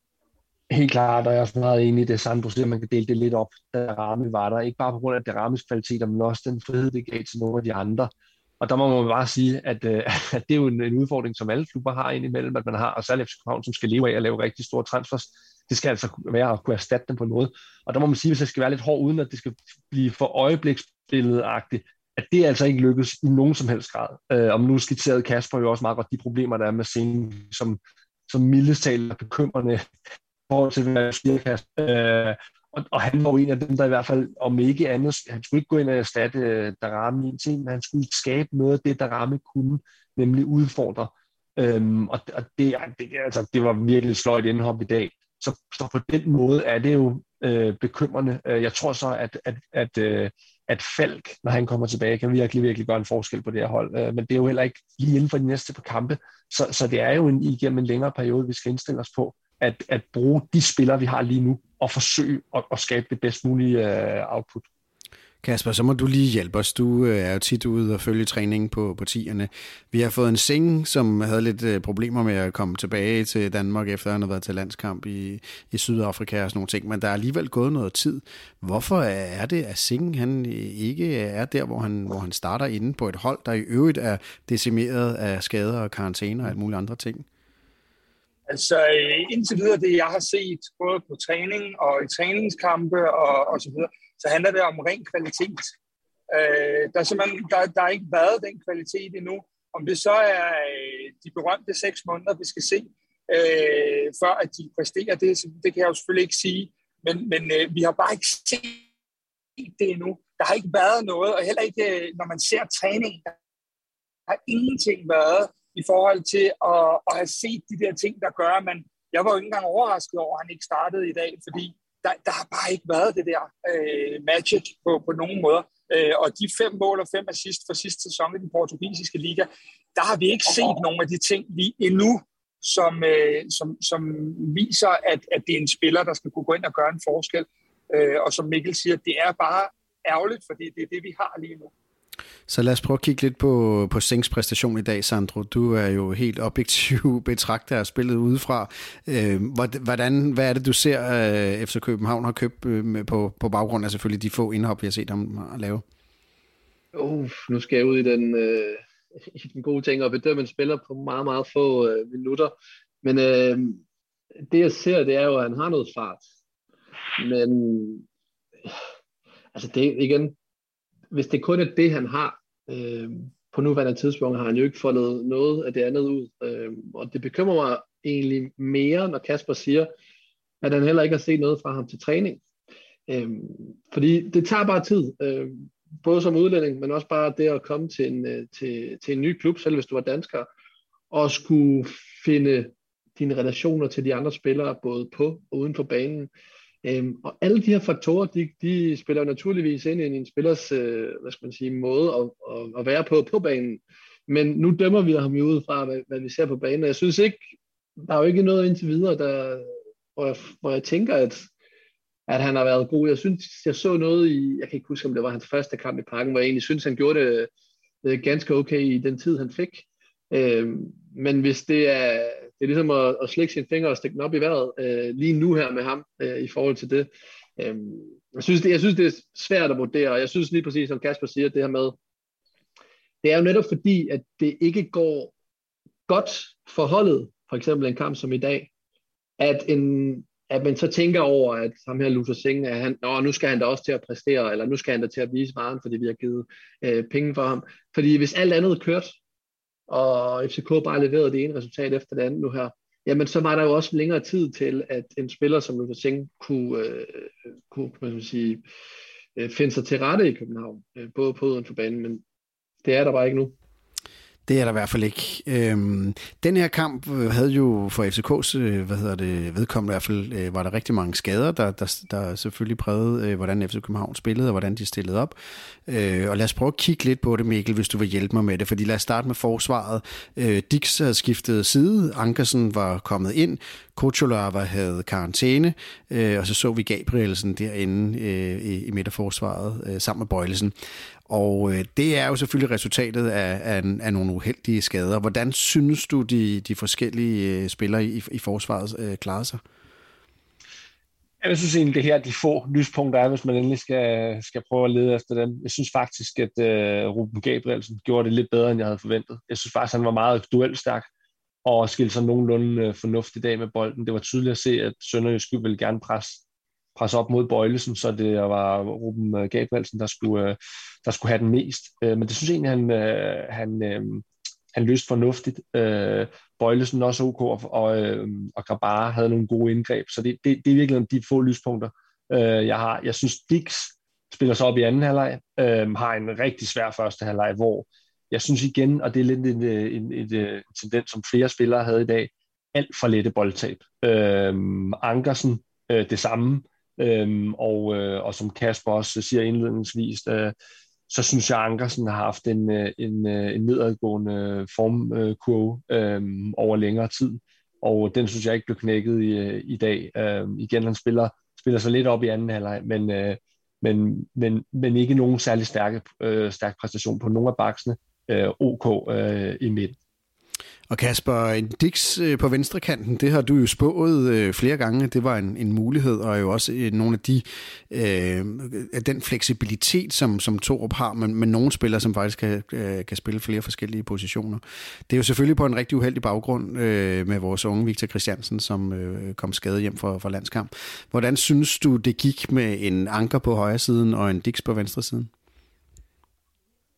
E: helt klart, og jeg er også meget enig i det, Sandro siger, at man kan dele det lidt op, da Darami var der. Ikke bare på grund af Daramis kvaliteter, men også den frihed, det gav til nogle af de andre. Og der må man bare sige, at, at det er jo en, en udfordring, som alle klubber har indimellem, at man har, og særligt F C København, som skal leve af at lave rigtig store transfers. Det skal altså være at kunne erstatte dem på en måde. Og der må man sige, hvis det skal være lidt hård, uden at det skal blive for øjebliksbilledagtigt, at det altså ikke lykkes i nogen som helst grad. Øh, og nu skitserede Kasper jo også meget godt de problemer, der er med scenen, som, som mildest talt er bekymrende i forhold til, hvad Stierkast. Øh, og, og han var jo en af dem, der i hvert fald, om ikke andet, han skulle ikke gå ind og erstatte uh, Darami i en ting, men han skulle skabe noget af det, Darami kunne, nemlig udfordre. Øhm, og og det, det, altså, det var virkelig et sløjt indhop i dag. Så, så på den måde er det jo øh, bekymrende. Jeg tror så, at, at, at, øh, at Falk, når han kommer tilbage, kan virkelig, virkelig gøre en forskel på det her hold. Øh, men det er jo heller ikke lige inden for de næste par kampe. Så, så det er jo en, igennem en længere periode, vi skal indstille os på, at, at bruge de spillere, vi har lige nu, og forsøge at, at skabe det bedst mulige øh, output.
A: Kasper, så må du lige hjælpe os. Du er jo tit ude og følge træningen på, på tierne. Vi har fået en Singh, som havde lidt problemer med at komme tilbage til Danmark, efter han har været til landskamp i, i Sydafrika og sådan nogle ting, men der er alligevel gået noget tid. Hvorfor er det, at Singh han ikke er der, hvor han, hvor han starter inde på et hold, der i øvrigt er decimeret af skader og karantæner og alt mulige andre ting?
B: Altså indtil videre det, jeg har set, både på træning og i træningskampe og, og så videre, så handler det om ren kvalitet. Øh, der, er simpelthen, der, der har ikke været den kvalitet endnu. Om det så er øh, de berømte seks måneder, vi skal se, øh, før at de præsterer det, det kan jeg jo selvfølgelig ikke sige. Men, men øh, vi har bare ikke set det endnu. Der har ikke været noget, og heller ikke, når man ser træning, der har ingenting været i forhold til at, at have set de der ting, der gør, at man, jeg var jo ikke engang overrasket over, at han ikke startede i dag, fordi der, der har bare ikke været det der øh, magic på, på nogen måder. Øh, og de fem mål og fem assist for sidste sæson i den portugisiske liga, der har vi ikke set nogen af de ting lige endnu, som, øh, som, som viser, at, at det er en spiller, der skal kunne gå ind og gøre en forskel. Øh, og som Mikkel siger, det er bare ærgerligt, fordi det er det, vi har lige nu.
A: Så lad os prøve at kigge lidt på, på Sengs præstation i dag, Sandro. Du er jo helt objektiv betragter af spillet udefra. Hvordan, hvad er det, du ser, F C København har købt på, på baggrund af selvfølgelig de få indhop, vi har set ham lave?
D: Uh, nu skal jeg ud i den, øh, i den gode ting og bedømme en spiller på meget, meget få øh, minutter. Men øh, det, jeg ser, det er jo, at han har noget fart. Men altså det igen, hvis det kun er det, han har, øh, på nuværende tidspunkt, har han jo ikke fået noget af det andet ud. Øh, og det bekymrer mig egentlig mere, når Kasper siger, at han heller ikke har set noget fra ham til træning. Øh, fordi det tager bare tid, øh, både som udlænding, men også bare det at komme til en, til, til en ny klub, selv hvis du var dansker, og skulle finde dine relationer til de andre spillere, både på og uden for banen. Øhm, og alle de her faktorer, de, de spiller naturligvis ind i en spillers øh, hvad skal man sige, måde at, at, at være på på banen. Men nu dømmer vi ham jo ud fra, hvad, hvad vi ser på banen. Jeg synes ikke, der er jo ikke noget indtil videre, der, hvor, jeg, hvor jeg tænker, at, at han har været god. Jeg synes, jeg så noget i, jeg kan ikke huske, om det var hans første kamp i Parken, hvor jeg egentlig synes, han gjorde det øh, ganske okay i den tid, han fik. Øhm, men hvis det er, det er ligesom at, at slikke sine fingre og stikke den op i vejret øh, lige nu her med ham øh, i forhold til det. Øhm, jeg, synes, det. Jeg synes, det er svært at vurdere, og jeg synes lige præcis, som Kasper siger, det her med, det er jo netop fordi, at det ikke går godt for holdet, for eksempel en kamp som i dag, at, en, at man så tænker over, at ham her Luther Singh, at han, Nå, nu skal han da også til at præstere, eller nu skal han da til at vise varen, fordi vi har givet øh, penge for ham. Fordi hvis alt andet kørt, og F C K bare leverede det ene resultat efter det andet nu her, jamen så var der jo også længere tid til, at en spiller som Luther Singh kunne, øh, kunne man skal sige, øh, finde sig til rette i København, øh, både på uden for banen, men det er der bare ikke nu.
A: Det er der i hvert fald ikke. Øhm, den her kamp havde jo for F C K's hvad hedder det, vedkommende i hvert fald, øh, var der rigtig mange skader, der, der, der selvfølgelig prægede, øh, hvordan F C København spillede, og hvordan de stillede op. Øh, og lad os prøve at kigge lidt på det, Mikkel, hvis du vil hjælpe mig med det, fordi lad os starte med forsvaret. Øh, Dix havde skiftet side, Ankersen var kommet ind, Kocholarva havde karantæne, øh, og så så vi Gabrielsen derinde øh, i, i midterforsvaret øh, sammen med Bøjlesen. Og øh, det er jo selvfølgelig resultatet af, af, af nogle uheldige skader. Hvordan synes du, de, de forskellige øh, spillere i, i forsvaret øh, klarer sig?
E: Jeg synes egentlig, det her de få lyspunkter er, hvis man endelig skal, skal prøve at lede efter dem. Jeg synes faktisk, at øh, Ruben Gabrielsen gjorde det lidt bedre, end jeg havde forventet. Jeg synes faktisk, han var meget duelstærk og skilte sig nogenlunde øh, fornuftigt af med bolden. Det var tydeligt at se, at Sønderjysk ville gerne presse, presse op mod Bøjlesen, så det var Ruben Gabrielsen, der skulle, øh, der skulle have den mest. Øh, men det synes jeg egentlig, han, øh, han, øh, han løste fornuftigt. Øh, Bøjlesen også OK, og, og, øh, og Grabara havde nogle gode indgreb, så det, det, det er virkelig de få lyspunkter, øh, jeg har. Jeg synes, Dix spiller sig op i anden halvleg, øh, har en rigtig svær første halvleg, hvor jeg synes igen, og det er lidt en, en, en, en tendens, som flere spillere havde i dag, alt for lette boldtab. Øh, Ankersen, øh, det samme, øh, og, øh, og som Kasper også siger indledningsvis, øh, så synes jeg, at Ankersen har haft en, en, en nedadgående formkurve øh, over længere tid, og den synes jeg ikke blev knækket i, i dag. Øh, igen, han spiller, spiller sig lidt op i anden halvleg, men, øh, men, men, men ikke nogen særlig stærke, øh, stærk præstation på nogle af baksene. Øh, OK øh, i midten.
A: Og Kasper, en Dix på venstrekanten, det har du jo spået øh, flere gange. Det var en, en mulighed, og jo også øh, nogle af de øh, den fleksibilitet, som, som Thorup har, men, men nogle spillere, som faktisk kan, øh, kan spille flere forskellige positioner. Det er jo selvfølgelig på en rigtig uheldig baggrund øh, med vores unge Victor Christiansen, som øh, kom skadet hjem fra, fra landskamp. Hvordan synes du, det gik med en Anker på højre siden og en Dix på venstre siden?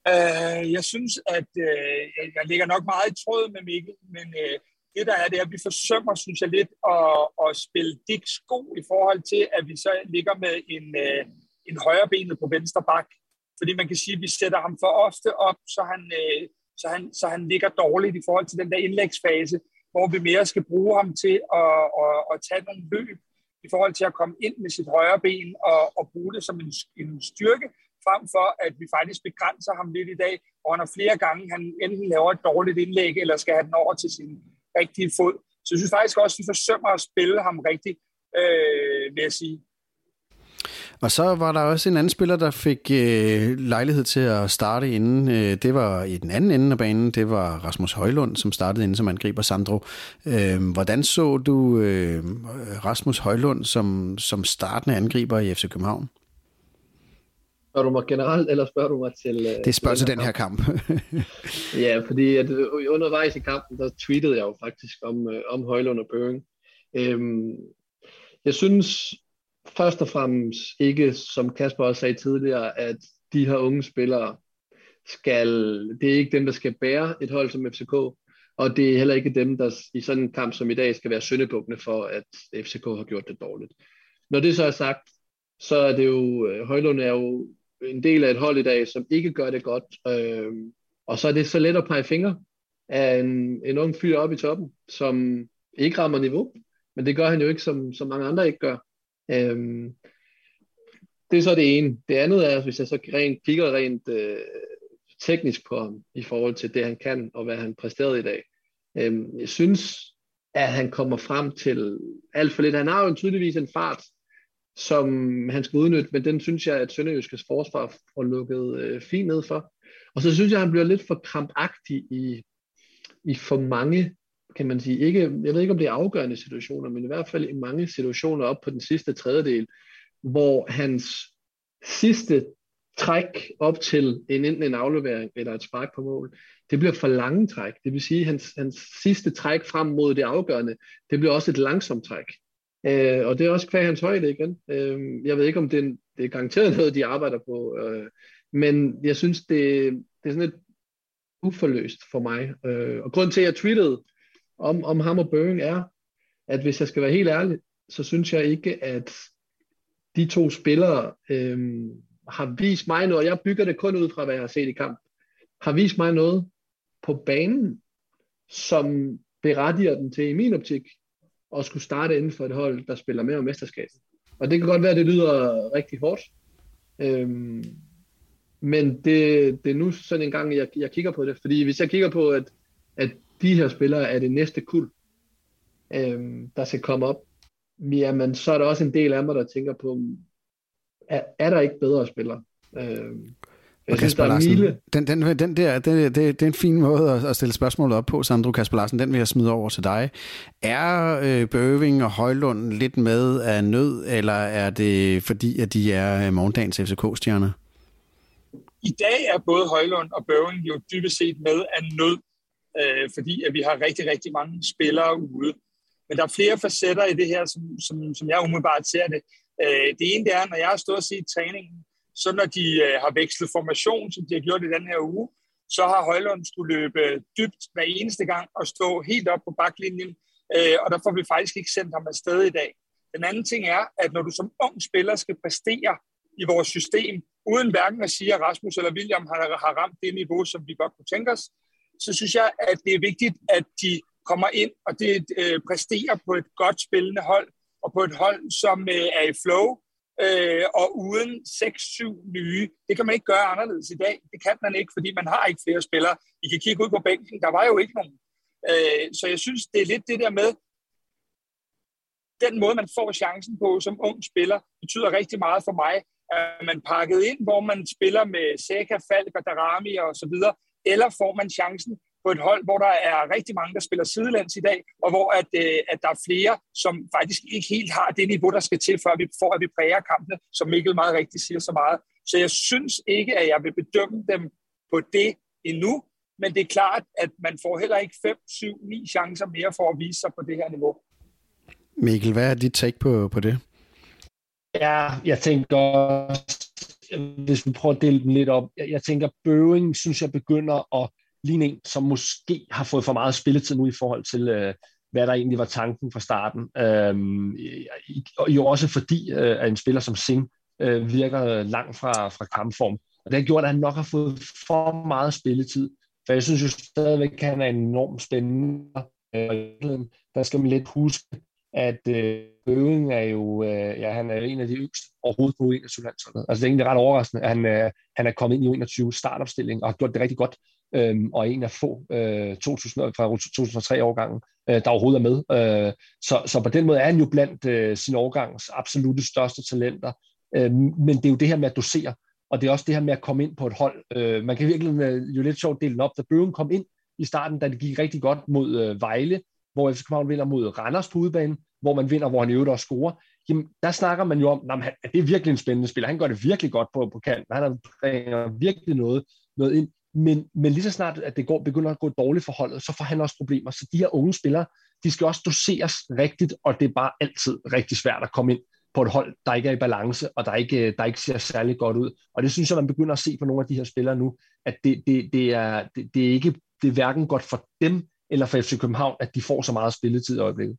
B: Uh, jeg synes, at uh, jeg, jeg ligger nok meget i tråd med Mikkel, men uh, det der er, det er, at vi forsømmer, synes jeg, lidt at, at spille Dicks sko i forhold til, at vi så ligger med en, uh, en højrebenet på venstre bak. Fordi man kan sige, at vi sætter ham for ofte op, så han, uh, så han, så han ligger dårligt i forhold til den der indlægsfase, hvor vi mere skal bruge ham til at, at, at tage nogle løb i forhold til at komme ind med sit højre ben og, og bruge det som en, en styrke, frem for at vi faktisk begrænser ham lidt i dag, og han har flere gange, han enten laver et dårligt indlæg, eller skal have den over til sin rigtige fod. Så jeg synes faktisk også, at vi forsømmer at spille ham rigtigt, øh, vil jeg sige.
A: Og så var der også en anden spiller, der fik øh, lejlighed til at starte inden. Øh, det var i den anden ende af banen. Det var Rasmus Højlund, som startede inden som angriber Sandro. Øh, hvordan så du øh, Rasmus Højlund som, som startende angriber i F C København?
D: Spørger du mig generelt, eller spørger du mig til...
A: Det er spørg til den her kamp.
D: Ja, fordi at undervejs i kampen, der tweetede jeg jo faktisk om, om Højlund og Bøving. Øhm, jeg synes først og fremmest ikke, som Kasper også sagde tidligere, at de her unge spillere skal... Det er ikke dem, der skal bære et hold som F C K, og det er heller ikke dem, der i sådan en kamp som i dag skal være syndebukkene for, at F C K har gjort det dårligt. Når det så er sagt, så er det jo... Højlund er jo en del af et hold i dag, som ikke gør det godt. Øh, og så er det så let at pege fingre af en, en ung fyr oppe i toppen, som ikke rammer niveau, men det gør han jo ikke, som, som mange andre ikke gør. Øh, det er så det ene. Det andet er, hvis jeg så rent, kigger rent øh, teknisk på ham, i forhold til det, han kan, og hvad han præsterede i dag. Øh, jeg synes, at han kommer frem til alt for lidt. Han har jo tydeligvis en fart, som han skal udnytte, men den synes jeg, at Sønderjyskes forsvar får lukket øh, fint ned for. Og så synes jeg, at han bliver lidt for krampagtig i, i for mange, kan man sige, ikke, jeg ved ikke, om det er afgørende situationer, men i hvert fald i mange situationer op på den sidste tredjedel, hvor hans sidste træk op til en, enten en aflevering eller et spark på mål, det bliver for lange træk. Det vil sige, at hans, hans sidste træk frem mod det afgørende, det bliver også et langsomt træk. Øh, og det er også kvæg hans højde igen. Øh, jeg ved ikke, om det er, det er garanteret noget, de arbejder på, øh, men jeg synes, det, det er sådan lidt uforløst for mig. Øh, og grund til, at jeg tweetede om, om ham og Bøving er, at hvis jeg skal være helt ærlig, så synes jeg ikke, at de to spillere øh, har vist mig noget, jeg bygger det kun ud fra, hvad jeg har set i kamp, har vist mig noget på banen, som berettiger den til, i min optik, og skulle starte inden for et hold, der spiller mere om mesterskabet. Og det kan godt være, at det lyder rigtig hårdt. Øhm, men det, det er nu sådan en gang, jeg, jeg kigger på det. Fordi hvis jeg kigger på, at, at de her spillere er det næste kuld, øhm, der skal komme op, jamen, så er der også en del af mig, der tænker på, er, er der ikke bedre spillere? Øhm,
A: Og Kasper Larsen, den, den, den der, det, det, det er en fin måde at stille spørgsmålet op på, Sandro. Kasper Larsen, den vil jeg smide over til dig. Er øh, Bøving og Højlund lidt med af nød, eller er det fordi, at de er morgendagens F C K-stjerner?
B: I dag er både Højlund og Bøving jo dybest set med af nød, øh, fordi at vi har rigtig, rigtig mange spillere ude. Men der er flere facetter i det her, som, som, som jeg umiddelbart ser det. Øh, det ene det er, når jeg har stået og set træningen, så når de øh, har vekslet formation, som de har gjort i den her uge, så har Højlund skulle løbe dybt hver eneste gang og stå helt op på baklinjen, øh, og der får vi faktisk ikke sendt ham afsted i dag. Den anden ting er, at når du som ung spiller skal præstere i vores system, uden hverken at sige, at Rasmus eller William har, har ramt det niveau, som vi godt kunne tænke os, så synes jeg, at det er vigtigt, at de kommer ind og det øh, præsterer på et godt spillende hold, og på et hold, som øh, er i flow, Øh, og uden seks syv nye. Det kan man ikke gøre anderledes i dag. Det kan man ikke, fordi man har ikke flere spillere. I kan kigge ud på bænken. Der var jo ikke nogen. Øh, så jeg synes, det er lidt det der med, den måde, man får chancen på som ung spiller, betyder rigtig meget for mig. Er man pakket ind, hvor man spiller med Seka, Falk og Darami og så videre, eller får man chancen på et hold, hvor der er rigtig mange, der spiller sidelæns i dag, og hvor at, øh, at der er flere, som faktisk ikke helt har det niveau, der skal til, før vi får, at vi præger kampene, som Mikkel meget rigtigt siger så meget. Så jeg synes ikke, at jeg vil bedømme dem på det endnu, men det er klart, at man får heller ikke fem, syv, ni chancer mere for at vise sig på det her niveau.
A: Mikkel, hvad er dit take på, på det?
E: Ja, jeg tænker også, hvis vi prøver at dele dem lidt op, jeg, jeg tænker, Bøving, synes jeg, begynder at ligne en, som måske har fået for meget spilletid nu i forhold til, øh, hvad der egentlig var tanken fra starten. Øhm, og jo også fordi, øh, at en spiller som Singh øh, virker langt fra, fra kampform. Og det har gjort, at han nok har fået for meget spilletid. For jeg synes jo stadigvæk, at han er enormt spændende. Øh, der skal man lidt huske, at øh, Bøving er jo, øh, ja, han er en af de yngste overhovedet på U enogtyve-landsholdet. Altså det er egentlig ret overraskende, at han, øh, han er kommet ind i U enogtyve startopstilling og har gjort det rigtig godt. Øhm, og en af få øh, to tusind, fra to tusind og tre-årgangen, øh, der overhovedet er med. Øh, så, så på den måde er han jo blandt øh, sin årgangs absolutte største talenter. Øh, men det er jo det her med at dosere, og det er også det her med at komme ind på et hold. Øh, man kan virkelig øh, jo lidt sjovt dele den op, da Bøving kom ind i starten, da det gik rigtig godt mod øh, Vejle, hvor F C København vinder mod Randers på udebane, hvor man vinder, hvor han i øvrigt også scorer. Jamen, der snakker man jo om, at det er virkelig en spændende spiller. Han gør det virkelig godt på, på kanten. Han bringer virkelig noget, noget ind. Men, men lige så snart, at det går, begynder at gå dårligt for holdet, så får han også problemer. Så de her unge spillere, de skal også doseres rigtigt, og det er bare altid rigtig svært at komme ind på et hold, der ikke er i balance, og der ikke, der ikke ser særlig godt ud. Og det synes jeg, man begynder at se på nogle af de her spillere nu, at det, det, det, er, det, det, er, ikke, det er hverken godt for dem, eller for F C København, at de får så meget spilletid i øjeblikket.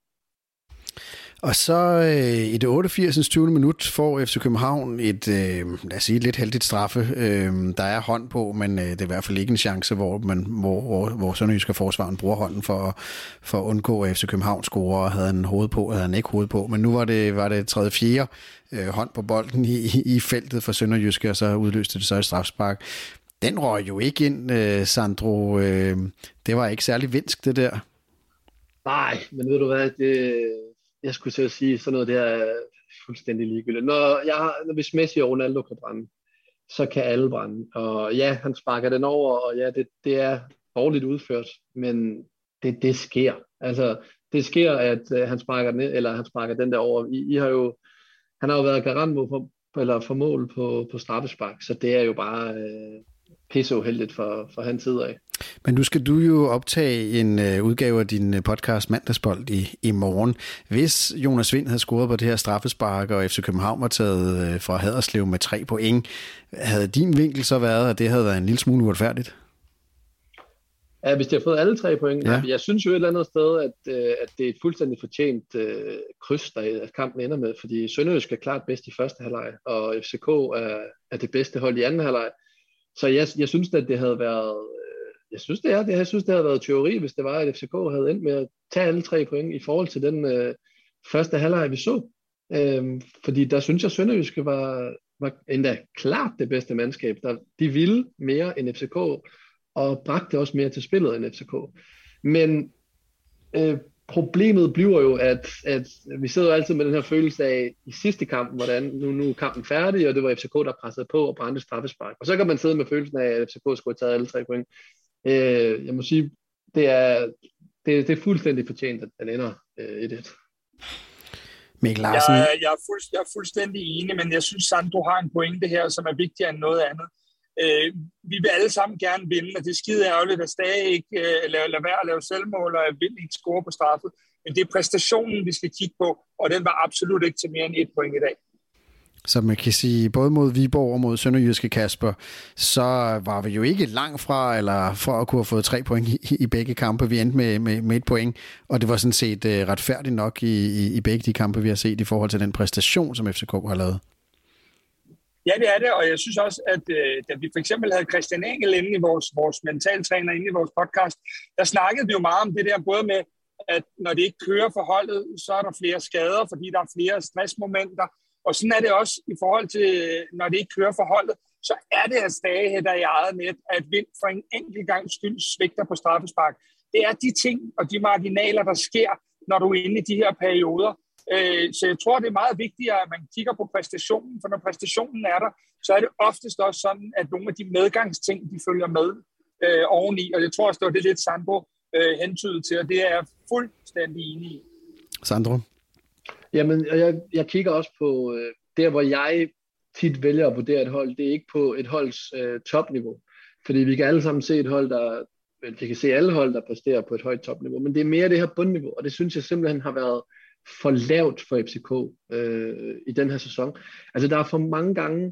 A: Og så øh, i det otteogfirsende tyvende minut får F C København et, øh, lad os sige, et lidt heldigt straffe. Øh, der er hånd på, men øh, det er i hvert fald ikke en chance, hvor, man, hvor, hvor, hvor Sønderjyske forsvaren bruger hånden for, for at undgå, at F C København scorer. Havde han hoved på, havde han ikke hoved på. Men nu var det, var det tredje fjerde øh, hånd på bolden i, i feltet for Sønderjyske, og så udløste det så et strafspark. Den røg jo ikke ind, øh, Sandro. Øh, det var ikke særlig vinsk, det der.
D: Nej, men ved du hvad, det... Jeg skulle til at sige, sådan noget der er fuldstændig ligegyldigt. Når, jeg, når hvis Messi og Ronaldo kan brænde, så kan alle brænde. Og ja, han sparker den over, og ja, det, det er dårligt udført, men det, det sker. Altså, det sker, at uh, han sparker den, eller han sparker den der over. I, I har jo, han har jo været garant for, eller for mål på, på straffespark, så det er jo bare uh, pisse uheldigt for, for hans side af.
A: Men nu skal du jo optage en øh, udgave af din podcast Mandagsbold i, i morgen. Hvis Jonas Vind havde scoret på det her straffespark, og F C København var taget øh, fra Haderslev med tre point, havde din vinkel så været, at det havde været en lille smule uretfærdigt?
D: Ja, hvis de har fået alle tre point.
A: Ja.
D: Jeg synes jo et eller andet sted, at, øh, at det er et fuldstændig fortjent øh, kryds, der at kampen ender med, fordi Sønderjysk er klart bedst i første halvleg, og F C K er, er det bedste hold i anden halvleg. Så jeg, jeg synes, at det havde været Jeg synes, det er det. Jeg synes, det havde været teori, hvis det var, at F C K havde endt med at tage alle tre point i forhold til den øh, første halvleg, vi så. Øhm, fordi der synes jeg, Sønderjyske var, var endda klart det bedste mandskab. Der, de ville mere end F C K, og bragte også mere til spillet end F C K. Men øh, problemet bliver jo, at, at vi sidder jo altid med den her følelse af, i sidste kampen, hvordan nu, nu er kampen færdig, og det var F C K, der pressede på og brændte straffespark. Og så kan man sidde med følelsen af, at F C K skulle have taget alle tre point. Øh, jeg må sige, det er, det, det er fuldstændig fortjent, at den ender øh, et et.
A: Mikkel Larsen.
B: Jeg, jeg, er fuld, jeg er fuldstændig enig, men jeg synes, Sandro har en pointe her, som er vigtigere end noget andet. Øh, vi vil alle sammen gerne vinde, og det er skide ærgerligt, at Stage ikke øh, lader lade være at lave selvmål, og at Vind ikke score på straffet. Men det er præstationen, vi skal kigge på, og den var absolut ikke til mere end et point i dag.
A: Så man kan sige, både mod Viborg og mod Sønderjyske, Kasper, så var vi jo ikke langt fra, eller fra at kunne have fået tre point i, i begge kampe. Vi endte med, med, med et point, og det var sådan set uh, retfærdigt nok i, i, i begge de kampe, vi har set i forhold til den præstation, som F C K har lavet.
B: Ja, det er det, og jeg synes også, at øh, da vi for eksempel havde Christian Engel inde i vores, vores mentaltræner inde i vores podcast, der snakkede vi jo meget om det der, både med, at når det ikke kører for holdet, så er der flere skader, fordi der er flere stressmomenter. Og sådan er det også i forhold til, når det ikke kører for holdet, så er det at Stage, der i eget net, at Vind for en enkelt gang skyld svigter på straffespark. Det er de ting og de marginaler, der sker, når du er inde i de her perioder. Så jeg tror, det er meget vigtigt, at man kigger på præstationen, for når præstationen er der, så er det oftest også sådan, at nogle af de medgangsting, de følger med øh, oveni. Og jeg tror også, det var det lidt Sandro øh, hentydet til, og det er jeg fuldstændig enig i.
A: Sandro?
D: Jamen, jeg, jeg kigger også på øh, der, hvor jeg tit vælger at vurdere et hold. Det er ikke på et holds øh, topniveau. Fordi vi kan alle sammen se et hold, der... Vi kan se alle hold, der præsterer på et højt topniveau. Men det er mere det her bundniveau, og det synes jeg simpelthen har været for lavt for F C K øh, i den her sæson. Altså, der er for mange gange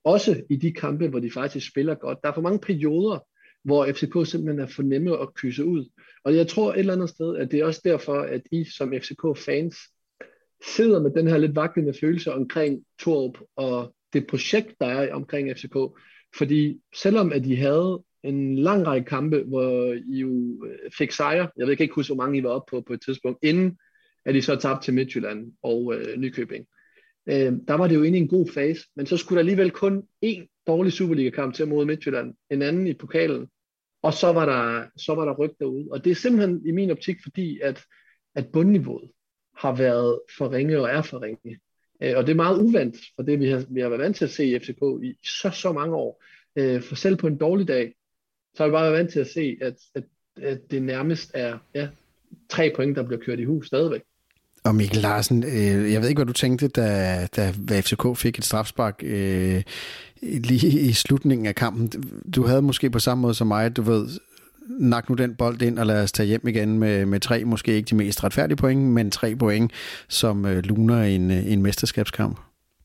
D: også i de kampe, hvor de faktisk spiller godt. Der er for mange perioder, hvor F C K simpelthen er for nemme at kysse ud. Og jeg tror et eller andet sted, at det er også derfor, at I som F C K-fans sidder med den her lidt vaklende følelse omkring Torup og det projekt, der er omkring F C K. Fordi selvom at I havde en lang række kampe, hvor I jo fik sejre, jeg ved ikke huske, hvor mange I var oppe på på et tidspunkt, inden at I så tabte til Midtjylland og øh, Nykøbing. Øh, der var det jo inde i en god fase, men så skulle der alligevel kun én dårlig Superliga-kamp til mod Midtjylland, en anden i pokalen, og så var der, så var der ryg derude. Og det er simpelthen i min optik, fordi at, at bundniveauet har været for ringe og er for ringe. Øh, og det er meget uvandt for det, vi har, vi har været vant til at se i F C K i så, så mange år. Øh, for selv på en dårlig dag, så har vi bare været vant til at se, at, at, at det nærmest er ja, tre point, der bliver kørt i hus stadigvæk.
A: Og Mikkel Larsen, øh, jeg ved ikke, hvad du tænkte, da, da F C K fik et strafspark øh, lige i slutningen af kampen. Du havde måske på samme måde som mig, du ved, nak nu den bold ind og lad os tage hjem igen med, med tre, måske ikke de mest retfærdige point, men tre point, som øh, luner en, en mesterskabskamp.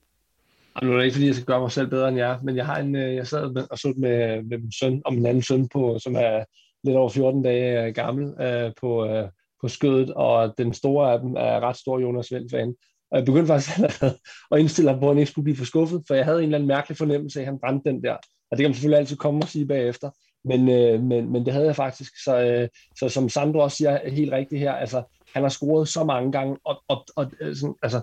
E: Og nu er det ikke, fordi jeg skal gøre mig selv bedre end jer, men jeg har en, jeg sad med, og så med, med min søn og min anden søn, på, som er lidt over fjorten dage gammel, øh, på, øh, på skødet, og den store af dem er ret stor Jonas Vind-fan. Og jeg begyndte faktisk at indstille ham på, at han ikke skulle blive for skuffet, for jeg havde en eller anden mærkelig fornemmelse af, at han brændte den der. Og det kan man selvfølgelig altid komme og sige bagefter, men, øh, men, men det havde jeg faktisk. Så, øh, så som Sandro også siger helt rigtigt her, altså han har scoret så mange gange, og, og, og sådan, altså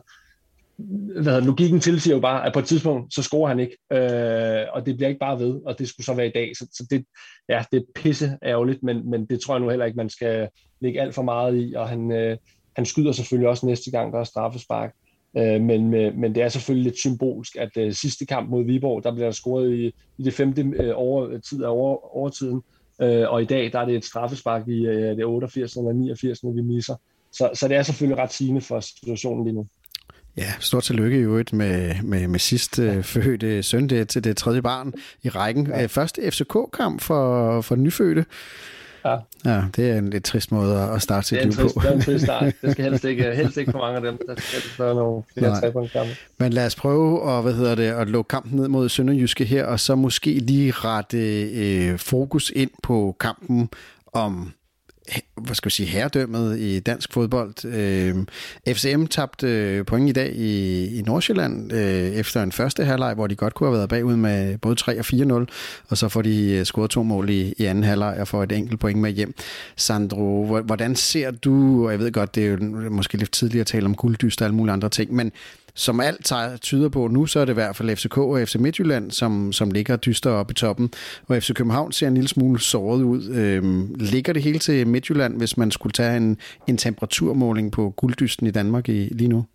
E: hvad logikken tilsiger jo bare, at på et tidspunkt, så scorer han ikke, øh, og det bliver ikke bare ved, og det skulle så være i dag, så, så det, ja, det er pisse ærgerligt, men, men det tror jeg nu heller ikke, man skal lægge alt for meget i, og han, øh, han skyder selvfølgelig også næste gang, der er straffespark, øh, men, men det er selvfølgelig lidt symbolsk, at øh, sidste kamp mod Viborg, der bliver der scoret i, i det femte øh, over, tid af over, overtiden, øh, og i dag, der er det et straffespark i øh, det otteogfirs eller niogfirs, når vi misser, så, så det er selvfølgelig ret sigende for situationen lige nu.
A: Ja, stort tillykke i øvrigt med, med, med sidst øh, fødte søn, det til det tredje barn i rækken. Ja. Første F C K-kamp for, for nyfødte.
E: Ja.
A: Ja, det er en lidt trist måde at starte sit liv på.
E: Det er en trist start. Det skal helst ikke, helst ikke for mange af dem. Der skal være nogle flere trepunktskampe.
A: Men lad os prøve at, hvad hedder det, at lukke kampen ned mod Sønderjyske her, og så måske lige rette øh, fokus ind på kampen om hvad skal vi sige, herredømmet i dansk fodbold. Øh, F C M tabte point i dag i, i Nordsjælland øh, efter en første halvleg, hvor de godt kunne have været bagud med både tre og fire nul, og så får de scoret to mål i, i anden halvleg og får et enkelt point med hjem. Sandro, hvordan ser du, og jeg ved godt, det er jo måske lidt tidligere at tale om gulddyst og alle mulige andre ting, men som alt tyder på nu, så er det i hvert fald F C K og F C Midtjylland, som, som ligger dyster oppe i toppen. Og F C København ser en lille smule såret ud. Øhm, ligger det hele til Midtjylland, hvis man skulle tage en, en temperaturmåling på gulddysten i Danmark i, lige nu?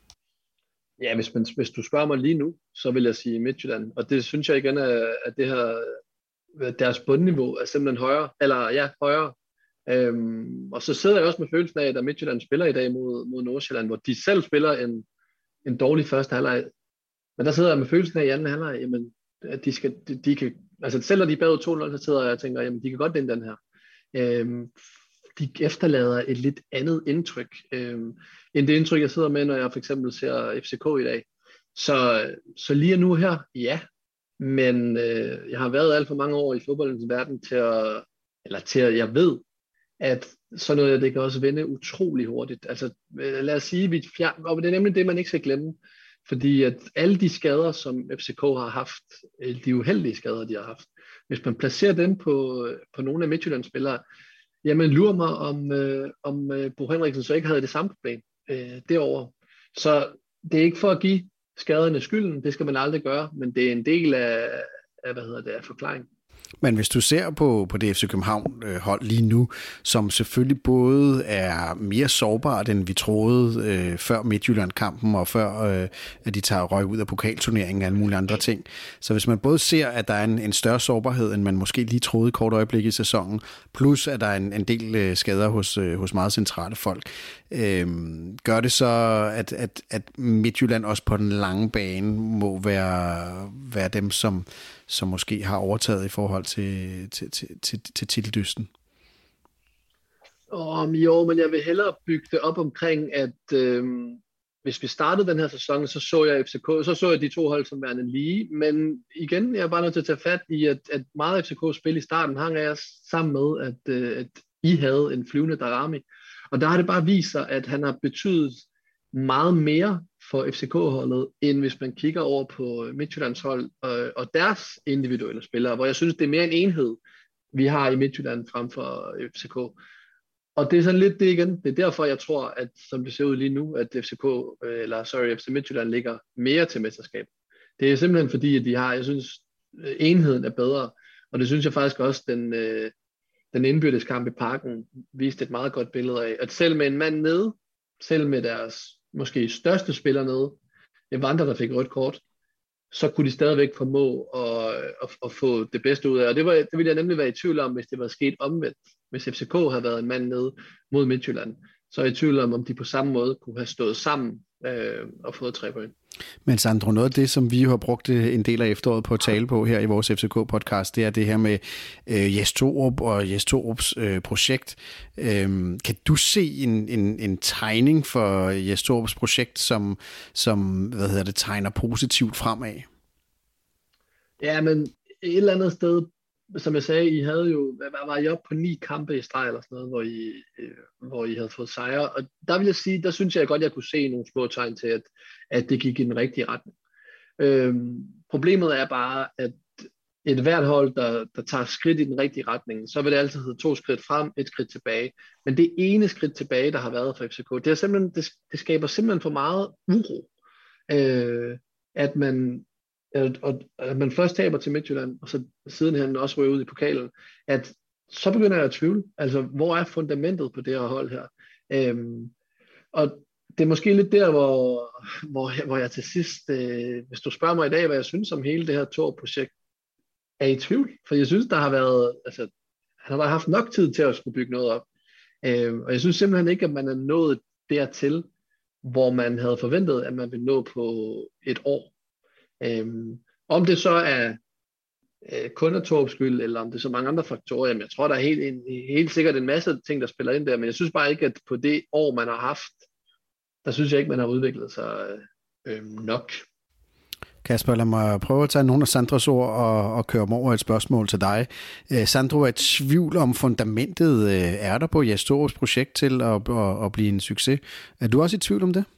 D: Ja, hvis, man, hvis du spørger mig lige nu, så vil jeg sige Midtjylland. Og det synes jeg igen, at det her, deres bundniveau er simpelthen højere. Eller ja, højere. Øhm, og så sidder jeg også med følelsen af, at Midtjylland spiller i dag mod, mod Nordsjælland, hvor de selv spiller en en dårlig første halvleg. Men der sidder jeg med følelsen af i anden halvleg, jamen, at de, skal, de, de kan, altså selv når de er bagud to nul, så sidder jeg og tænker, jamen, de kan godt vinde den her. Øhm, de efterlader et lidt andet indtryk, øhm, end det indtryk, jeg sidder med, når jeg for eksempel ser F C K i dag. Så, så lige nu her, ja, men øh, jeg har været alt for mange år i fodboldens verden til at, eller til at, jeg ved, at sådan noget, det kan også vende utrolig hurtigt. Altså, lad os sige, vi fjern... og det er nemlig det, man ikke skal glemme, fordi at alle de skader, som F C K har haft, de uheldige skader, de har haft, hvis man placerer dem på, på nogle af Midtjyllands spillere, jamen lurer mig, om, øh, om øh, Bo Henriksen så ikke havde det samme problem øh, derovre. Så det er ikke for at give skaderne skylden, det skal man aldrig gøre, men det er en del af, af hvad hedder det, af forklaringen.
A: Men hvis du ser på, på det F C København-hold lige nu, som selvfølgelig både er mere sårbart, end vi troede øh, før Midtjylland-kampen, og før øh, at de tager røg ud af pokalturneringen og alle mulige andre ting. Så hvis man både ser, at der er en, en større sårbarhed, end man måske lige troede kort øjeblik i sæsonen, plus at der er en, en del øh, skader hos, øh, hos meget centrale folk, øh, gør det så, at, at, at Midtjylland også på den lange bane må være, være dem, som som måske har overtaget i forhold til, til, til, til, til titeldysten?
D: Um, jo, men jeg vil hellere bygge det op omkring, at øhm, hvis vi startede den her sæson, så så jeg F C K, så så jeg de to hold som værende lige, men igen, jeg er bare nødt til at tage fat i, at, at meget F C K-spil i starten hang jeg sammen med, at, at I havde en flyvende Daramy, og der har det bare vist sig, at han har betydet meget mere for F C K-holdet, end hvis man kigger over på Midtjyllands hold og, og deres individuelle spillere, hvor jeg synes, det er mere en enhed, vi har i Midtjylland frem for F C K. Og det er sådan lidt det igen. Det er derfor, jeg tror, at som det ser ud lige nu, at F C K, eller sorry, F C Midtjylland ligger mere til mesterskab. Det er simpelthen fordi, at de har, jeg synes, enheden er bedre. Og det synes jeg faktisk også, den, den indbyrdes kamp i Parken viste et meget godt billede af. At selv med en mand nede, selv med deres måske største spiller nede, Evander, der fik rødt kort, så kunne de stadigvæk formå at, at, at få det bedste ud af. Og det, var, det ville jeg nemlig være i tvivl om, hvis det var sket omvendt. Hvis F C K havde været en mand nede mod Midtjylland, så er jeg i tvivl om, om de på samme måde kunne have stået sammen øh, og fået tre point.
A: Men Sandro, noget af det, som vi har brugt en del af efteråret på at tale på her i vores F C K-podcast, det er det her med øh, Jes Torup og Jes Torups øh, projekt. Øhm, kan du se en, en, en tegning for Jes Torups projekt, som, som hvad hedder det, tegner positivt fremad?
D: Ja, men et eller andet sted, som jeg sagde, I havde jo, hvad var I oppe på ni kampe i streg eller sådan noget, hvor I, øh, hvor I havde fået sejre, og der vil jeg sige, der synes jeg godt, jeg kunne se nogle små tegn til, at, at det gik i den rigtige retning. Øhm, problemet er bare, at et hvert hold, der, der tager skridt i den rigtige retning, så vil det altid hedde to skridt frem, et skridt tilbage. Men det ene skridt tilbage, der har været for F C K, det, er simpelthen, det, det skaber simpelthen for meget uro, øh, at man og at man først taber til Midtjylland, og så sidenhen også ryger ud i pokalen, at så begynder jeg at tvivle, altså hvor er fundamentet på det her hold her? Øhm, og det er måske lidt der, hvor, hvor, hvor jeg til sidst, øh, hvis du spørger mig i dag, hvad jeg synes om hele det her Torup-projekt, er i tvivl, for jeg synes, der har været, altså, han har haft nok tid til at skulle bygge noget op, øhm, og jeg synes simpelthen ikke, at man er nået dertil, hvor man havde forventet, at man ville nå på et år. Øhm, om det så er øh, kun af Torups skyld, eller om det er så mange andre faktorer, jamen jeg tror, der er helt, en, helt sikkert en masse ting, der spiller ind der, men jeg synes bare ikke, at på det år, man har haft, der synes jeg ikke, man har udviklet sig øh, nok.
A: Kasper, lad mig prøve at tage nogle af Sandros ord og, og køre over et spørgsmål til dig. Øh, Sandro, er i tvivl om fundamentet øh, er der på Jes Torups projekt til at, at, at blive en succes? Er du også i tvivl om det?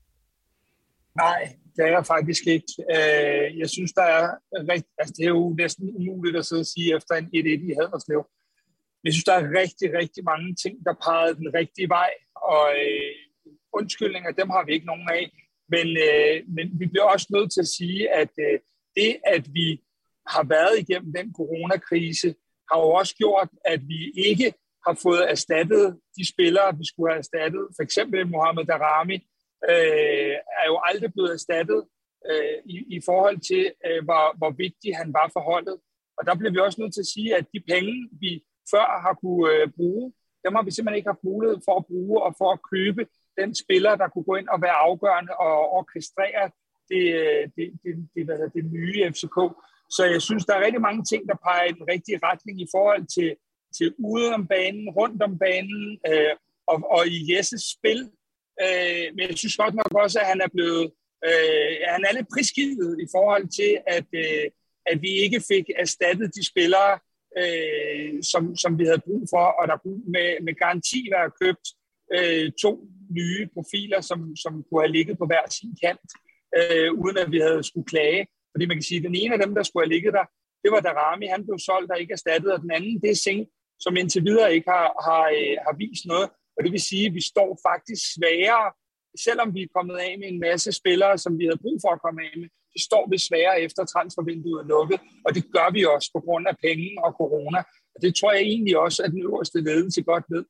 B: Nej, det er jeg faktisk ikke. Jeg synes, der er rigtig, altså det er jo næsten umuligt at sidde og sige efter en et et i Haderslev. Jeg synes, der er rigtig, rigtig mange ting, der pegede den rigtige vej, og øh, undskyldninger, dem har vi ikke nogen af. Men, øh, men vi bliver også nødt til at sige, at øh, det, at vi har været igennem den coronakrise, har jo også gjort, at vi ikke har fået erstattet de spillere, vi skulle have erstattet. For eksempel Mohamed Daramy, Øh, er jo aldrig blevet erstattet øh, i, i forhold til, øh, hvor, hvor vigtig han var for holdet. Og der bliver vi også nødt til at sige, at de penge, vi før har kunne øh, bruge, dem har vi simpelthen ikke haft mulighed for at bruge og for at købe den spiller, der kunne gå ind og være afgørende og orkestrere det, det, det, det, hvad hedder, det nye F C K. Så jeg synes, der er rigtig mange ting, der peger i den rigtige retning i forhold til, til ude om banen, rundt om banen øh, og, og i Jesses spil. Øh, men jeg synes godt nok også, at han er blevet øh, han er lidt prisgivet i forhold til, at, øh, at vi ikke fik erstattet de spillere, øh, som, som vi havde brug for, og der kunne med, med garanti være købt øh, to nye profiler, som, som kunne have ligget på hver sin kant, øh, uden at vi havde skulle klage. Fordi man kan sige, at den ene af dem, der skulle have ligget der, det var Daramy, han blev solgt og ikke erstattet, og den anden, det er Singh, som indtil videre ikke har, har, øh, har vist noget. Og det vil sige, at vi står faktisk svagere, selvom vi er kommet af med en masse spillere, som vi havde brug for at komme af med, så står vi svagere efter transfervinduet er lukket, og det gør vi også på grund af penge og corona. Og det tror jeg egentlig også, at den øverste ledelse godt ved.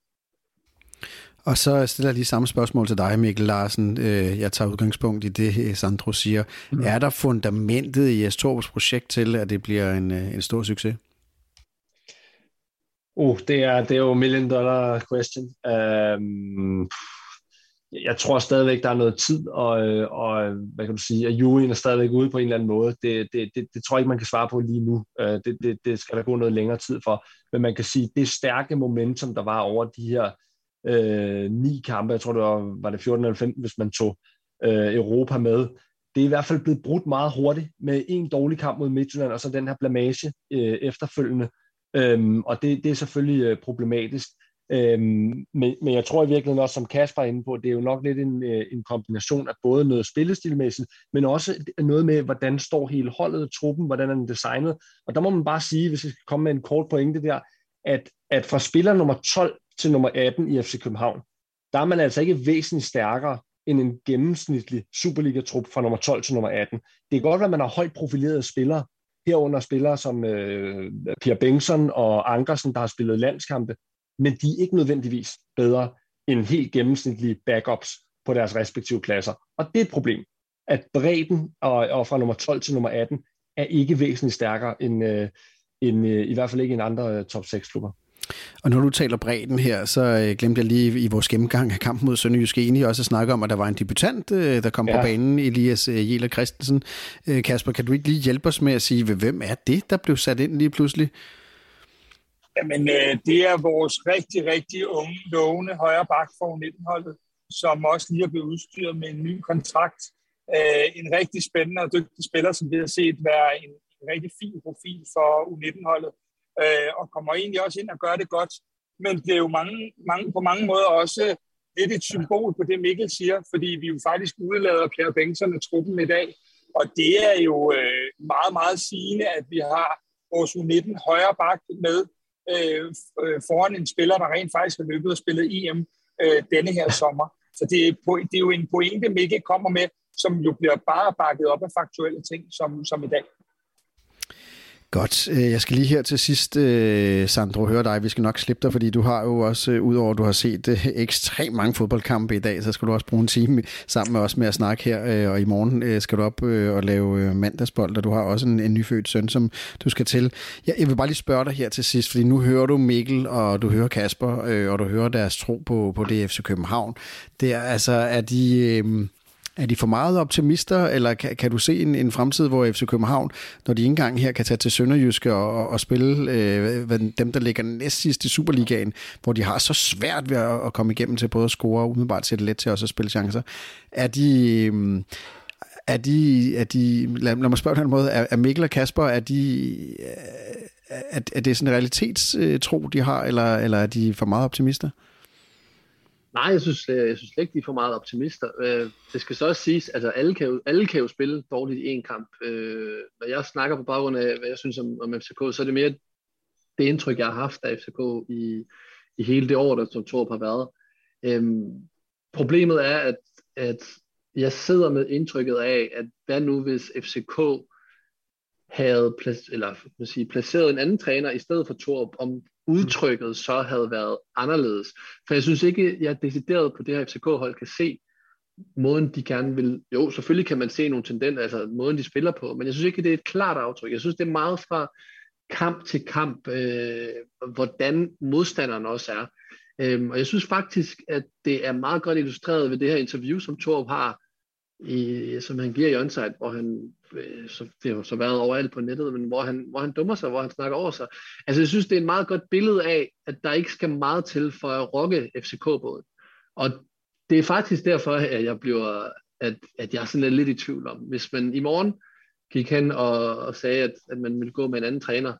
A: Og så stiller jeg lige samme spørgsmål til dig, Mikkel Larsen. Jeg tager udgangspunkt i det, Sandro siger. Mm. Er der fundamentet i Jes Torups projekt til, at det bliver en, en stor succes?
E: Uh, det er, det er jo million dollar question. Um, jeg tror stadigvæk, der er noget tid, og, og hvad kan du sige, at juryen er stadigvæk ude på en eller anden måde. Det, det, det, det tror jeg ikke, man kan svare på lige nu. Uh, det, det, det skal der gå noget længere tid for. Men man kan sige, det stærke momentum, der var over de her uh, ni kampe, jeg tror det var, var det fjorten eller femten, hvis man tog øh, Europa med. Det er i hvert fald blevet brudt meget hurtigt med en dårlig kamp mod Midtjylland, og så den her blamage øh, efterfølgende. Øhm, og det, det er selvfølgelig øh, problematisk. Øhm, men, men jeg tror i virkeligheden også, som Kasper er inde på, det er jo nok lidt en, øh, en kombination af både noget spillestilmæssigt, men også noget med, hvordan står hele holdet, truppen, hvordan er den designet. Og der må man bare sige, hvis vi skal komme med en kort pointe der, at, at fra spiller nummer tolv til nummer atten i F C København, der er man altså ikke væsentligt stærkere end en gennemsnitlig Superliga-trup fra nummer tolv til nummer atten. Det er godt, at man har højt profilerede spillere, herunder spillere som øh, Pierre Bengtsson og Ankersen, der har spillet landskampe, men de er ikke nødvendigvis bedre end helt gennemsnitlige backups på deres respektive klasser. Og det er et problem, at bredden og, og fra nummer tolv til nummer atten er ikke væsentligt stærkere end, øh, end øh, i hvert fald ikke en andre øh, top seks klubber.
A: Og når du taler bredden her, så øh, glemte jeg lige i vores gennemgang af kampen mod Sønderjysk enig også at snakke om, at der var en debutant, øh, der kom ja. på banen, Elias øh, Jæler Christensen. Øh, Kasper, kan du ikke lige hjælpe os med at sige, hvem er det, der blev sat ind lige pludselig?
B: Jamen, øh, det er vores rigtig, rigtig unge, lovende højre bak for U nitten-holdet, som også lige er blevet udstyret med en ny kontrakt. Øh, en rigtig spændende og dygtig spiller, som vi har set være en, en rigtig fin profil for U nitten-holdet. Øh, og kommer egentlig også ind og gør det godt. Men det er jo mange, mange, på mange måder også lidt et symbol på det, Mikkel siger, fordi vi jo faktisk udlader Pierre Bengtsson af truppen i dag. Og det er jo øh, meget, meget sigende, at vi har vores U nitten højre bak med øh, foran en spiller, der rent faktisk har løbet og spillet E M øh, denne her sommer. Så det er, på, det er jo en pointe, Mikkel kommer med, som jo bliver bare bakket op af faktuelle ting, som, som i dag.
A: Godt. Jeg skal lige her til sidst, Sandro, høre dig. Vi skal nok slippe dig, fordi du har jo også, udover at du har set ekstremt mange fodboldkampe i dag, så skal du også bruge en time sammen med os med at snakke her, og i morgen skal du op og lave mandagsbold, og du har også en, en nyfødt søn, som du skal til. Jeg, jeg vil bare lige spørge dig her til sidst, fordi nu hører du Mikkel, og du hører Kasper, og du hører deres tro på, på det F C København. Det er altså, er de... Er de for meget optimister, eller kan, kan du se en, en fremtid, hvor F C København, når de ikke engang her kan tage til Sønderjyske og, og, og spille øh, dem, der ligger næst sidst i Superligaen, hvor de har så svært ved at, at komme igennem til både at score og umiddelbart sætte let til også at spille chancer. Er de... Øh, er de, er de lad, lad mig spørge på den måde, er, er Mikkel og Kasper, er de... Er, er det sådan en realitetstro, de har, eller, eller er de for meget optimister?
D: Nej, jeg synes, jeg synes ikke, de er for meget optimister. Det skal så også siges, at altså, alle, kan jo, alle kan jo spille dårligt i en kamp. Når jeg snakker på baggrund af, hvad jeg synes om, om F C K, så er det mere det indtryk, jeg har haft af F C K i, i hele det år, der som Torp har været. Øhm, problemet er, at, at jeg sidder med indtrykket af, at hvad nu hvis F C K havde plac- eller, sige, placeret en anden træner i stedet for Torp, om udtrykket så havde været anderledes. For jeg synes ikke, jeg decideret på det her F C K-hold kan se måden, de gerne vil... Jo, selvfølgelig kan man se nogle tendenser, altså måden, de spiller på, men jeg synes ikke, det er et klart aftryk. Jeg synes, det er meget fra kamp til kamp, øh, hvordan modstanderen også er. Øhm, og jeg synes faktisk, at det er meget godt illustreret ved det her interview, som Torp har, i, som han giver i Onsite, hvor han, så, det har jo så været overalt på nettet, men hvor han, hvor han dummer sig, hvor han snakker over sig. Altså jeg synes, det er et meget godt billede af, at der ikke skal meget til for at rokke F C K-båden. Og det er faktisk derfor, at jeg bliver, at, at jeg er sådan lidt i tvivl om. Hvis man i morgen gik hen og, og sagde, at, at man ville gå med en anden træner,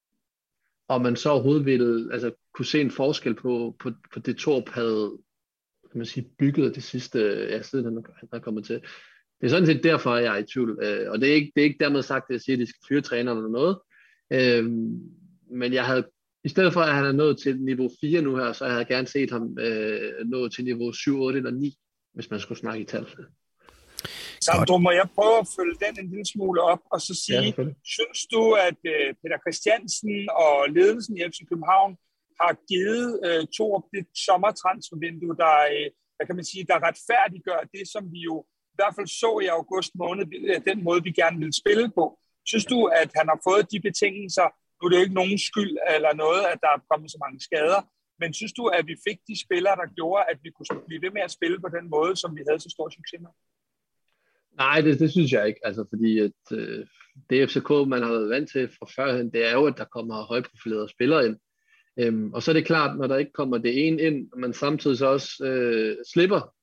D: og man så overhovedet ville altså, kunne se en forskel på, på, på det Torp havde, kan man sige, bygget det sidste, ja, siden han, han er kommet til. Det er sådan set derfor, jeg er i tvivl. Øh, og det er, ikke, det er ikke dermed sagt, at jeg siger, at de skal fyre træneren eller noget. Øh, men jeg havde, i stedet for, at han er nået til niveau fire nu her, så havde jeg gerne set ham øh, nået til niveau syv, otte eller ni, hvis man skulle snakke i tal.
B: Sandro, må jeg prøve at følge den en lille smule op, og så sige, ja, synes du, at øh, Peter Christiansen og ledelsen i F C København har givet øh, Torp det sommertransfervindue, der, øh, hvad kan man sige, der retfærdiggør det, som vi jo i hvert fald så i august måned, den måde, vi gerne vil spille på. Synes du, at han har fået de betingelser? Nu er det jo ikke nogen skyld eller noget, at der er kommet så mange skader, men synes du, at vi fik de spillere, der gjorde, at vi kunne blive ved med at spille på den måde, som vi havde så stor succes med?
D: Nej, det, det synes jeg ikke, altså fordi at, øh, det F C K, man har været vant til fra førhen, det er jo, at der kommer højprofilerede spillere ind. Øhm, og så er det klart, når der ikke kommer det ene ind, og man samtidig så også øh, slipper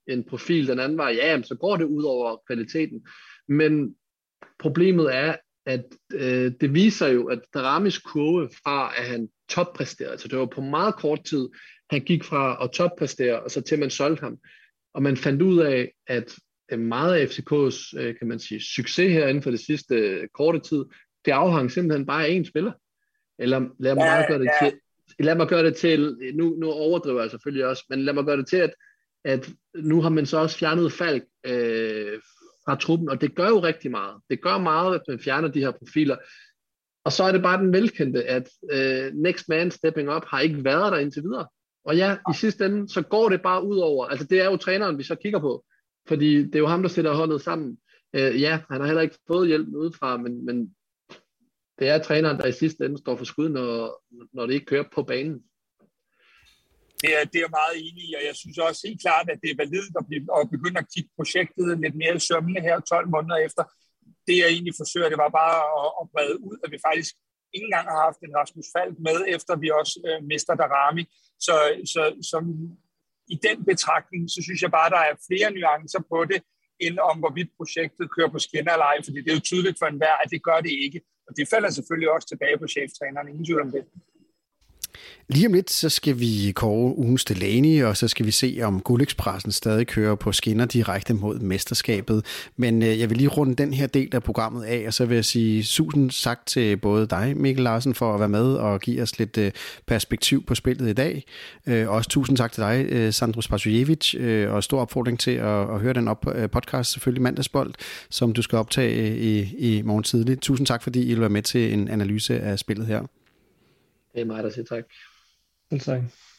D: en profil den anden vej, ja, så går det ud over kvaliteten. Men problemet er, at øh, det viser jo, at Daramis kurve fra, at han toppræsterede, altså det var på meget kort tid, han gik fra at toppræstere, og så til man solgte ham. Og man fandt ud af, at meget af F C K's, øh, kan man sige, succes her inden for det sidste øh, korte tid, det afhang simpelthen bare af én spiller. Eller lad mig, ja, gøre det ja. til, lad mig gøre det til, nu, nu overdriver jeg selvfølgelig også, men lad mig gøre det til, at, at nu har man så også fjernet Falk øh, fra truppen, og det gør jo rigtig meget. Det gør meget, at man fjerner de her profiler. Og så er det bare den velkendte, at øh, next man stepping up har ikke været der indtil videre. Og ja, i sidste ende, så går det bare ud over, altså det er jo træneren, vi så kigger på, fordi det er jo ham, der sætter holdet sammen. Øh, ja, han har heller ikke fået hjælp udefra, men, men det er træneren, der i sidste ende står for skud, når, når det ikke kører på banen.
B: Det er, det er jeg meget enig i, og jeg synes også helt klart, at det er validt at, blive, at begynde at kigge projektet lidt mere i sømmene her tolv måneder efter. Det jeg egentlig forsøger, det var bare at, at brede ud, at vi faktisk ikke engang har haft en Rasmus Falk med, efter vi også øh, mister Darami. Så, så, så i den betragtning, så synes jeg bare, der er flere nuancer på det, end om hvorvidt projektet kører på skinner eller ej, fordi det er jo tydeligt for enhver, at det gør det ikke. Og det falder selvfølgelig også tilbage på cheftræneren, ingen tvivl om det.
A: Lige om lidt, så skal vi kåre ugens Delaney, og så skal vi se, om Guldekspressen stadig kører på skinner direkte mod mesterskabet. Men øh, jeg vil lige runde den her del af programmet af, og så vil jeg sige tusind tak til både dig, Mikkel Larsen, for at være med og give os lidt øh, perspektiv på spillet i dag. Øh, også tusind tak til dig, øh, Sandro Spasojevic, øh, og stor opfordring til at, at høre den op, øh, podcast, selvfølgelig Mandagsbold, som du skal optage i, i morgen tidligt. Tusind tak, fordi I vil være med til en analyse af spillet her.
D: Det er mig, der siger tak.
E: Tak.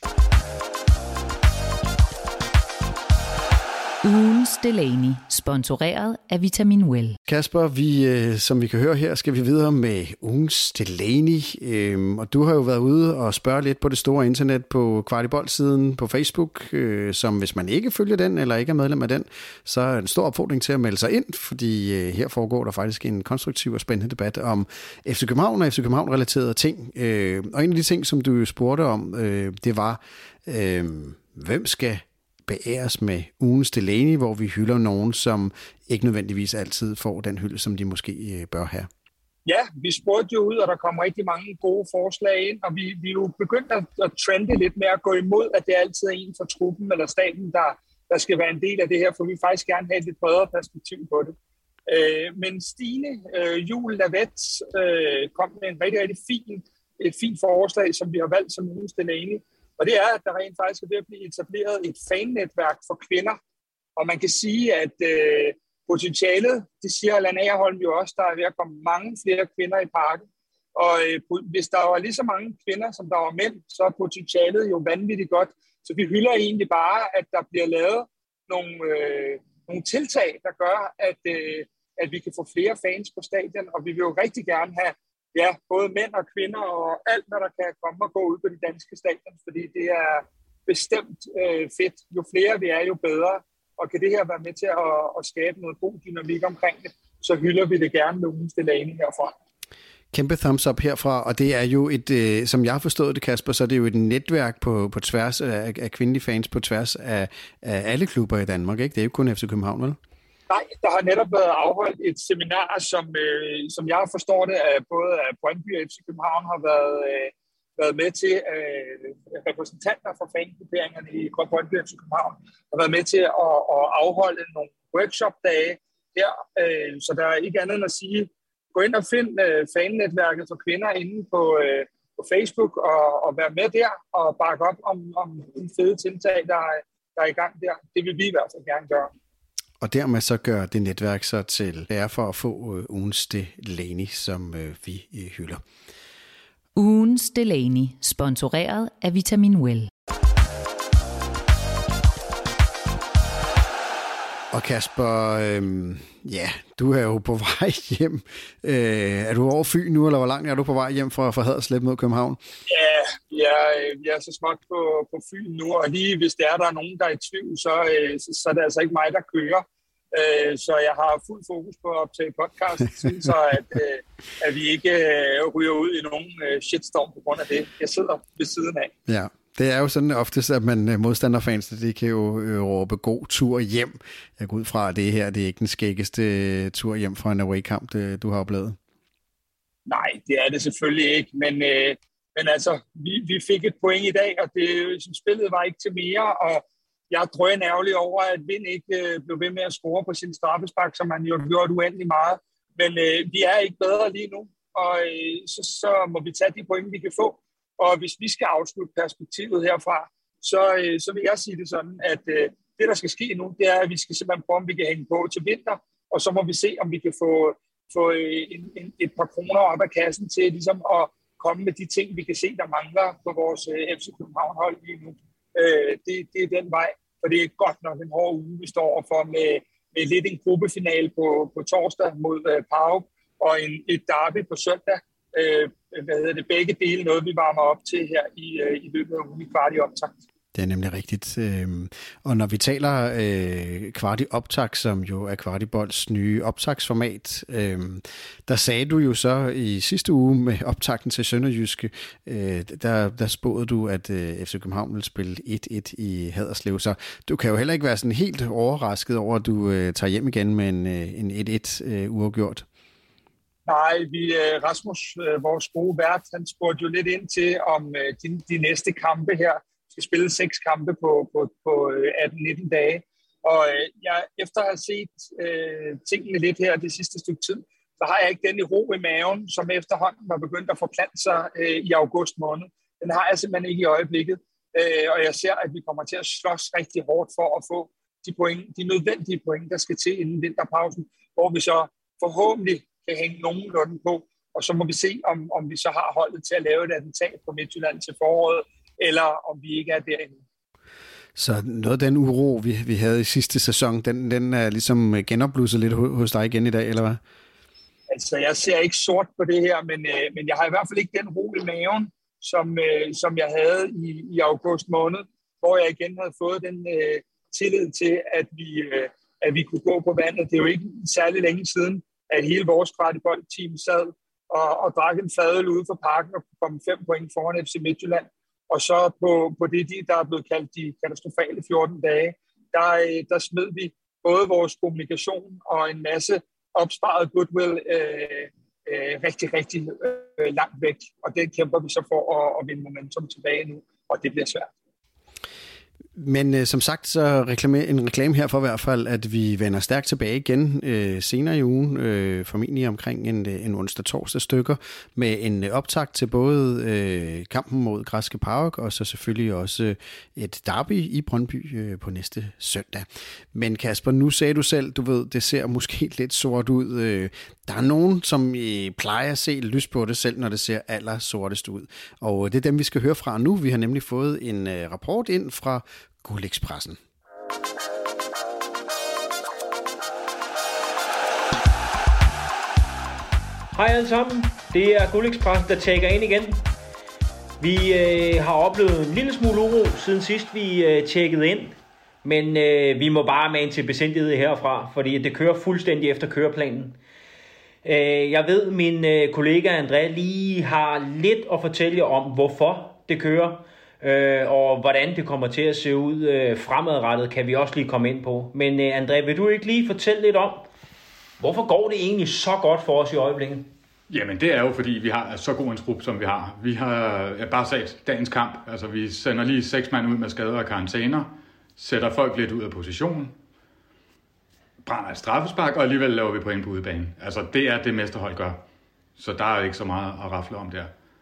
C: Ugens Delaney, sponsoreret af Vitamin Well.
A: Kasper, vi, som vi kan høre her, skal vi videre med ugens Delaney. Øhm, og du har jo været ude og spørge lidt på det store internet på Kvartibold-siden på Facebook, øh, som hvis man ikke følger den eller ikke er medlem af den, så er en stor opfordring til at melde sig ind, fordi øh, her foregår der faktisk en konstruktiv og spændende debat om F C København og F C København-relaterede ting. Øh, og en af de ting, som du spurgte om, øh, det var, øh, hvem skal beæres med ugens Delaney, hvor vi hylder nogen, som ikke nødvendigvis altid får den hylde, som de måske bør have.
B: Ja, vi spurgte jo ud, og der kommer rigtig mange gode forslag ind, og vi, vi er jo begyndt at, at trende lidt med at gå imod, at det altid er en fra truppen eller staten, der, der skal være en del af det her, for vi vil faktisk gerne have et lidt bredere perspektiv på det. Øh, men Stine øh, Juhl Lavet øh, kom med en rigtig, rigtig fin, et fint forslag, som vi har valgt som ugens Delaney. Og det er, at der rent faktisk er ved at blive etableret et fan-netværk for kvinder. Og man kan sige, at øh, potentialet, det siger Allan Agerholm jo også, der er ved at komme mange flere kvinder i parken. Og øh, hvis der var lige så mange kvinder, som der var mænd, så er potentialet jo vanvittigt godt. Så vi hylder egentlig bare, at der bliver lavet nogle, øh, nogle tiltag, der gør, at, øh, at vi kan få flere fans på stadion. Og vi vil jo rigtig gerne have ja, både mænd og kvinder og alt, hvad der kan komme og gå ud på de danske stadion, fordi det er bestemt øh, fedt. Jo flere vi er, jo bedre. Og kan det her være med til at, at skabe noget god dynamik omkring det, så hylder vi det gerne med ugens Delaney herfra.
A: Kæmpe thumbs up herfra, og det er jo et, øh, som jeg har forstået det, Kasper, så er det jo et netværk på, på tværs af, af kvindelige fans, på tværs af, af alle klubber i Danmark, ikke? Det er jo kun F C København, vel?
B: Nej, der har netop været afholdt et seminar, som, øh, som jeg forstår det, at både af Brøndby og F C København har været, øh, været med til, øh, repræsentanter fra fangrupperingerne i Brøndby og F C København har været med til at, at afholde nogle workshop-dage her. Øh, så der er ikke andet end at sige, gå ind og find øh, fan-netværket for kvinder inde på, øh, på Facebook og, og være med der og bakke op om, om en fede tiltag, der, der er i gang der. Det vil vi i hvert fald gerne gøre.
A: Og dermed så gør det netværk så til ære for at få øh, ugens Delaney, som øh, vi øh, hylder.
C: Ugens Delaney, sponsoreret af Vitamin Well.
A: Og Kasper, øh, ja, du er jo på vej hjem. Øh, er du over Fyn nu, eller hvor langt er du på vej hjem fra, fra Haderslev mod København?
B: Ja, jeg, jeg er så småt på, på Fyn nu, og lige hvis det er, der er nogen, der er i tvivl, så, så, så er det altså ikke mig, der kører. Øh, så jeg har fuld fokus på at optage podcast, så at, øh, at vi ikke øh, ryger ud i nogen øh, shitstorm på grund af det. Jeg sidder ved siden af.
A: Ja. Det er jo sådan oftest, at man modstanderfans, det kan jo råbe god tur hjem. Jeg går ud fra, at det her det er ikke den skæggeste tur hjem fra en away-kamp, du har oplevet.
B: Nej, det er det selvfølgelig ikke, men, øh, men altså, vi, vi fik et point i dag, og det, spillet var ikke til mere, og jeg er drønærgerlig over, at Vind ikke øh, blev ved med at score på sin straffespark, som han jo har gjort uendelig meget, men øh, vi er ikke bedre lige nu, og øh, så, så må vi tage de point, vi kan få. Og hvis vi skal afslutte perspektivet herfra, så, øh, så vil jeg sige det sådan, at øh, det, der skal ske nu, det er, at vi skal simpelthen prøve, om vi kan hænge på til vinter, og så må vi se, om vi kan få, få øh, en, en, et par kroner op af kassen til ligesom at komme med de ting, vi kan se, der mangler på vores øh, F C København-hold lige nu. Øh, det, det er den vej, for det er godt nok en hård uge, vi står overfor med, med lidt en gruppefinale på, på torsdag mod øh, PAOK, og en, et derby på søndag. Øh, hvad hedder det, begge dele noget, vi varmer op til her i, øh, i løbet af ugen i Kvarti Optakt.
A: Det er nemlig rigtigt. Og når vi taler øh, Kvarti Optakt, som jo er Kvartibolds nye optaktsformat, øh, der sagde du jo så i sidste uge med optakten til Sønderjyske, øh, der, der spåede du, at øh, F C København ville spille et et i Haderslev. Så du kan jo heller ikke være sådan helt overrasket over, at du øh, tager hjem igen med en, øh, en et et øh, uafgjort.
B: Nej, vi, Rasmus, vores gode vært, han spurgte jo lidt ind til, om de, de næste kampe her skal spille seks kampe på, på, på atten nitten dage. Og jeg, efter at have set øh, tingene lidt her det sidste stykke tid, så har jeg ikke den ro i maven, som efterhånden var begyndt at forplante sig øh, i august måned. Den har jeg simpelthen ikke i øjeblikket. Øh, og jeg ser, at vi kommer til at slås rigtig hårdt for at få de, point, de nødvendige point, der skal til inden vinterpausen, hvor vi så forhåbentlig kan hænge nogenlunde på, og så må vi se, om, om vi så har holdet til at lave et attentat på Midtjylland til foråret, eller om vi ikke er derinde.
A: Så noget af den uro, vi, vi havde i sidste sæson, den, den er ligesom genopblusset lidt hos dig igen i dag, eller hvad?
B: Altså, jeg ser ikke sort på det her, men, øh, men jeg har i hvert fald ikke den ro i maven, som, øh, som jeg havde i, i august måned, hvor jeg igen havde fået den øh, tillid til, at vi, øh, at vi kunne gå på vandet. Det er jo ikke særlig længe siden, at hele vores Kvartibold-team sad og, og drak en fadøl ude for parken og kom fem point foran F C Midtjylland. Og så på, på det, der er blevet kaldt de katastrofale fjorten dage, der, der smed vi både vores kommunikation og en masse opsparet goodwill øh, øh, rigtig, rigtig øh, langt væk. Og det kæmper vi så for at, at vinde momentum tilbage nu, og det bliver svært.
A: Men øh, som sagt, så reklame, en reklame her for i hvert fald, at vi vender stærkt tilbage igen øh, senere i ugen, øh, formentlig omkring en, en onsdag-torsdag stykker, med en optakt til både øh, kampen mod Græske PAOK, og så selvfølgelig også et derby i Brøndby øh, på næste søndag. Men Kasper, nu sagde du selv, du ved, det ser måske lidt sort ud. Øh, der er nogen, som øh, plejer at se lys på det selv, når det ser aller sortest ud. Og det er dem, vi skal høre fra nu. Vi har nemlig fået en øh, rapport ind fra Guldekspressen.
F: Hej alle sammen, det er Guldekspressen, der tækker ind igen. Vi øh, har oplevet en lille smule uro siden sidst vi øh, tjekkede ind, men øh, vi må bare mane til besindighed herfra, fordi det kører fuldstændig efter køreplanen. Øh, jeg ved, min øh, kollega André lige har lidt at fortælle jer om, hvorfor det kører. Øh, og hvordan det kommer til at se ud øh, fremadrettet, kan vi også lige komme ind på. Men øh, André, vil du ikke lige fortælle lidt om, hvorfor går det egentlig så godt for os i øjeblikket?
G: Jamen det er jo fordi, vi har så god en trup, som vi har. Vi har ja, bare sagt dagens kamp. Altså vi sender lige seks mand ud med skader og karantæner, sætter folk lidt ud af position, brænder et straffespark, og alligevel laver vi point på udebane. Altså det er det mesterhold gør. Så der er ikke så meget at rafle om der.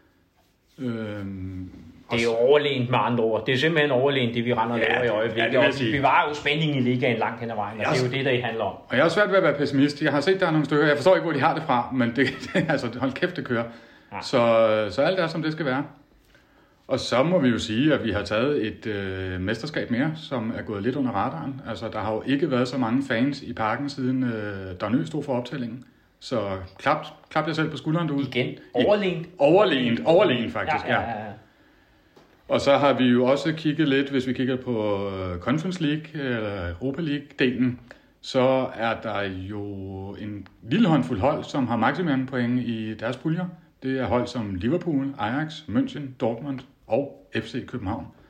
G: Øhm
F: Det er jo overlegent med andre ord. Det er simpelthen overlegent, det vi render ja, over i øjeblikket. Ja, vi bevarer jo spændingen i ligaen langt hen ad vejen, og det er jo det, der handler om.
G: Og jeg er svært ved at være pessimist. Jeg har set, der er nogle stykker. Jeg forstår ikke, hvor de har det fra, men det, det altså, hold kæft, det kører. Ja. Så, så alt er, som det skal være. Og så må vi jo sige, at vi har taget et øh, mesterskab mere, som er gået lidt under radaren. Altså, der har jo ikke været så mange fans i parken, siden øh, Darnø stod for optællingen. Så klap, klap jer selv på skulderen derude.
F: Igen. Overlegent.
G: Overlegent. Overlegent, faktisk, ja. ja, ja, ja. Og så har vi jo også kigget lidt, hvis vi kigger på Conference League eller Europa League-delen, så er der jo en lille håndfuld hold, som har maksimum point i deres puljer. Det er hold som Liverpool, Ajax, München, Dortmund og F C København.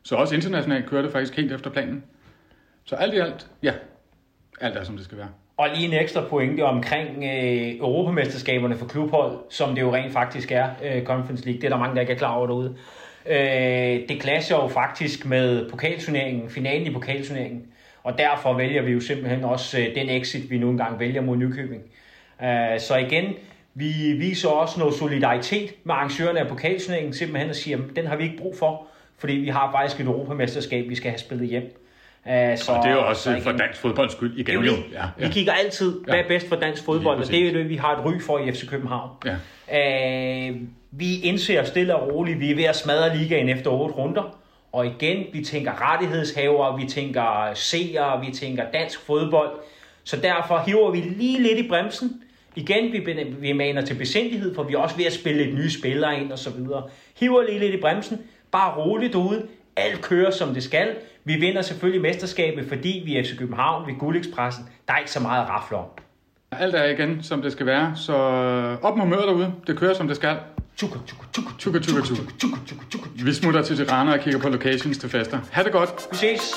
G: Så også internationalt kører det faktisk helt efter planen. Så alt i alt, ja, alt er, som det skal være.
F: Og lige en ekstra pointe omkring øh, Europamesterskaberne for klubhold, som det jo rent faktisk er, øh, Conference League. Det er der mange, der ikke er klar over derude. Øh, det clasher jo faktisk med pokalturneringen, finalen i pokalturneringen. Og derfor vælger vi jo simpelthen også øh, den exit, vi nu engang vælger mod Nykøbing. Øh, så igen, vi viser også noget solidaritet med arrangørerne af pokalturneringen, simpelthen at sige, at den har vi ikke brug for, fordi vi har faktisk et Europamesterskab, vi skal have spillet hjem. Uh, så,
G: og det er jo også igen, for dansk fodbolds skyld igen. Jo,
F: ja, ja. Vi kigger altid, hvad er bedst for dansk fodbold, og det er jo det, vi har et ry for i F C København. Ja. Uh, vi indser stille og roligt, vi er ved at smadre ligaen efter otte runder, og igen, vi tænker rettighedshavere, vi tænker seere, vi tænker dansk fodbold, så derfor hiver vi lige lidt i bremsen. Igen, vi, vi maner til besindighed, for vi er også ved at spille et nye spillere ind og så videre. Hiver lige lidt i bremsen, bare roligt ude, alt kører som det skal. Vi vinder selvfølgelig mesterskabet, fordi vi er F C København, vi er Guldekspressen. Der er ikke så meget at rafle om.
G: Alt er igen, som det skal være, så op med mør derude. Det kører, som det skal.
F: Tuka, tuka, tuka, tuka, tuka, tuka, tuka, tuka.
G: Vi smutter til Tirana og kigger på locations til fester. Ha' det godt.
F: Vi ses.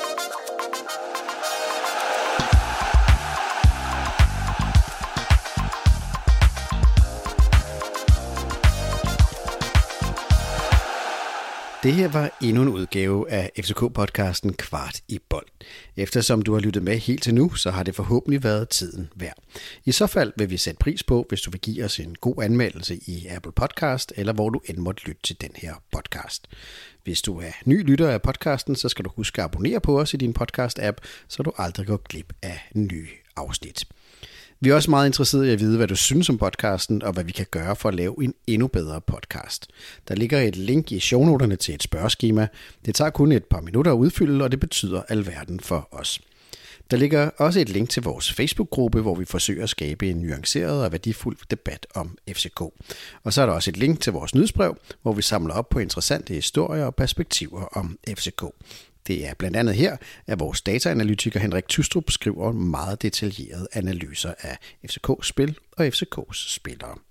A: Det her var endnu en udgave af F C K-podcasten Kvart i bold. Eftersom du har lyttet med helt til nu, så har det forhåbentlig været tiden værd. I så fald vil vi sætte pris på, hvis du vil give os en god anmeldelse i Apple Podcast, eller hvor du end måtte lytte til den her podcast. Hvis du er ny lytter af podcasten, så skal du huske at abonnere på os i din podcast-app, så du aldrig går glip af nye afsnit. Vi er også meget interesserede i at vide, hvad du synes om podcasten, og hvad vi kan gøre for at lave en endnu bedre podcast. Der ligger et link i shownoterne til et spørgeskema. Det tager kun et par minutter at udfylde, og det betyder alverden for os. Der ligger også et link til vores Facebook-gruppe, hvor vi forsøger at skabe en nuanceret og værdifuld debat om F C K. Og så er der også et link til vores nyhedsbrev, hvor vi samler op på interessante historier og perspektiver om F C K. Det er blandt andet her, at vores dataanalytiker Henrik Tystrup skriver meget detaljerede analyser af F C K's spil og F C K's spillere.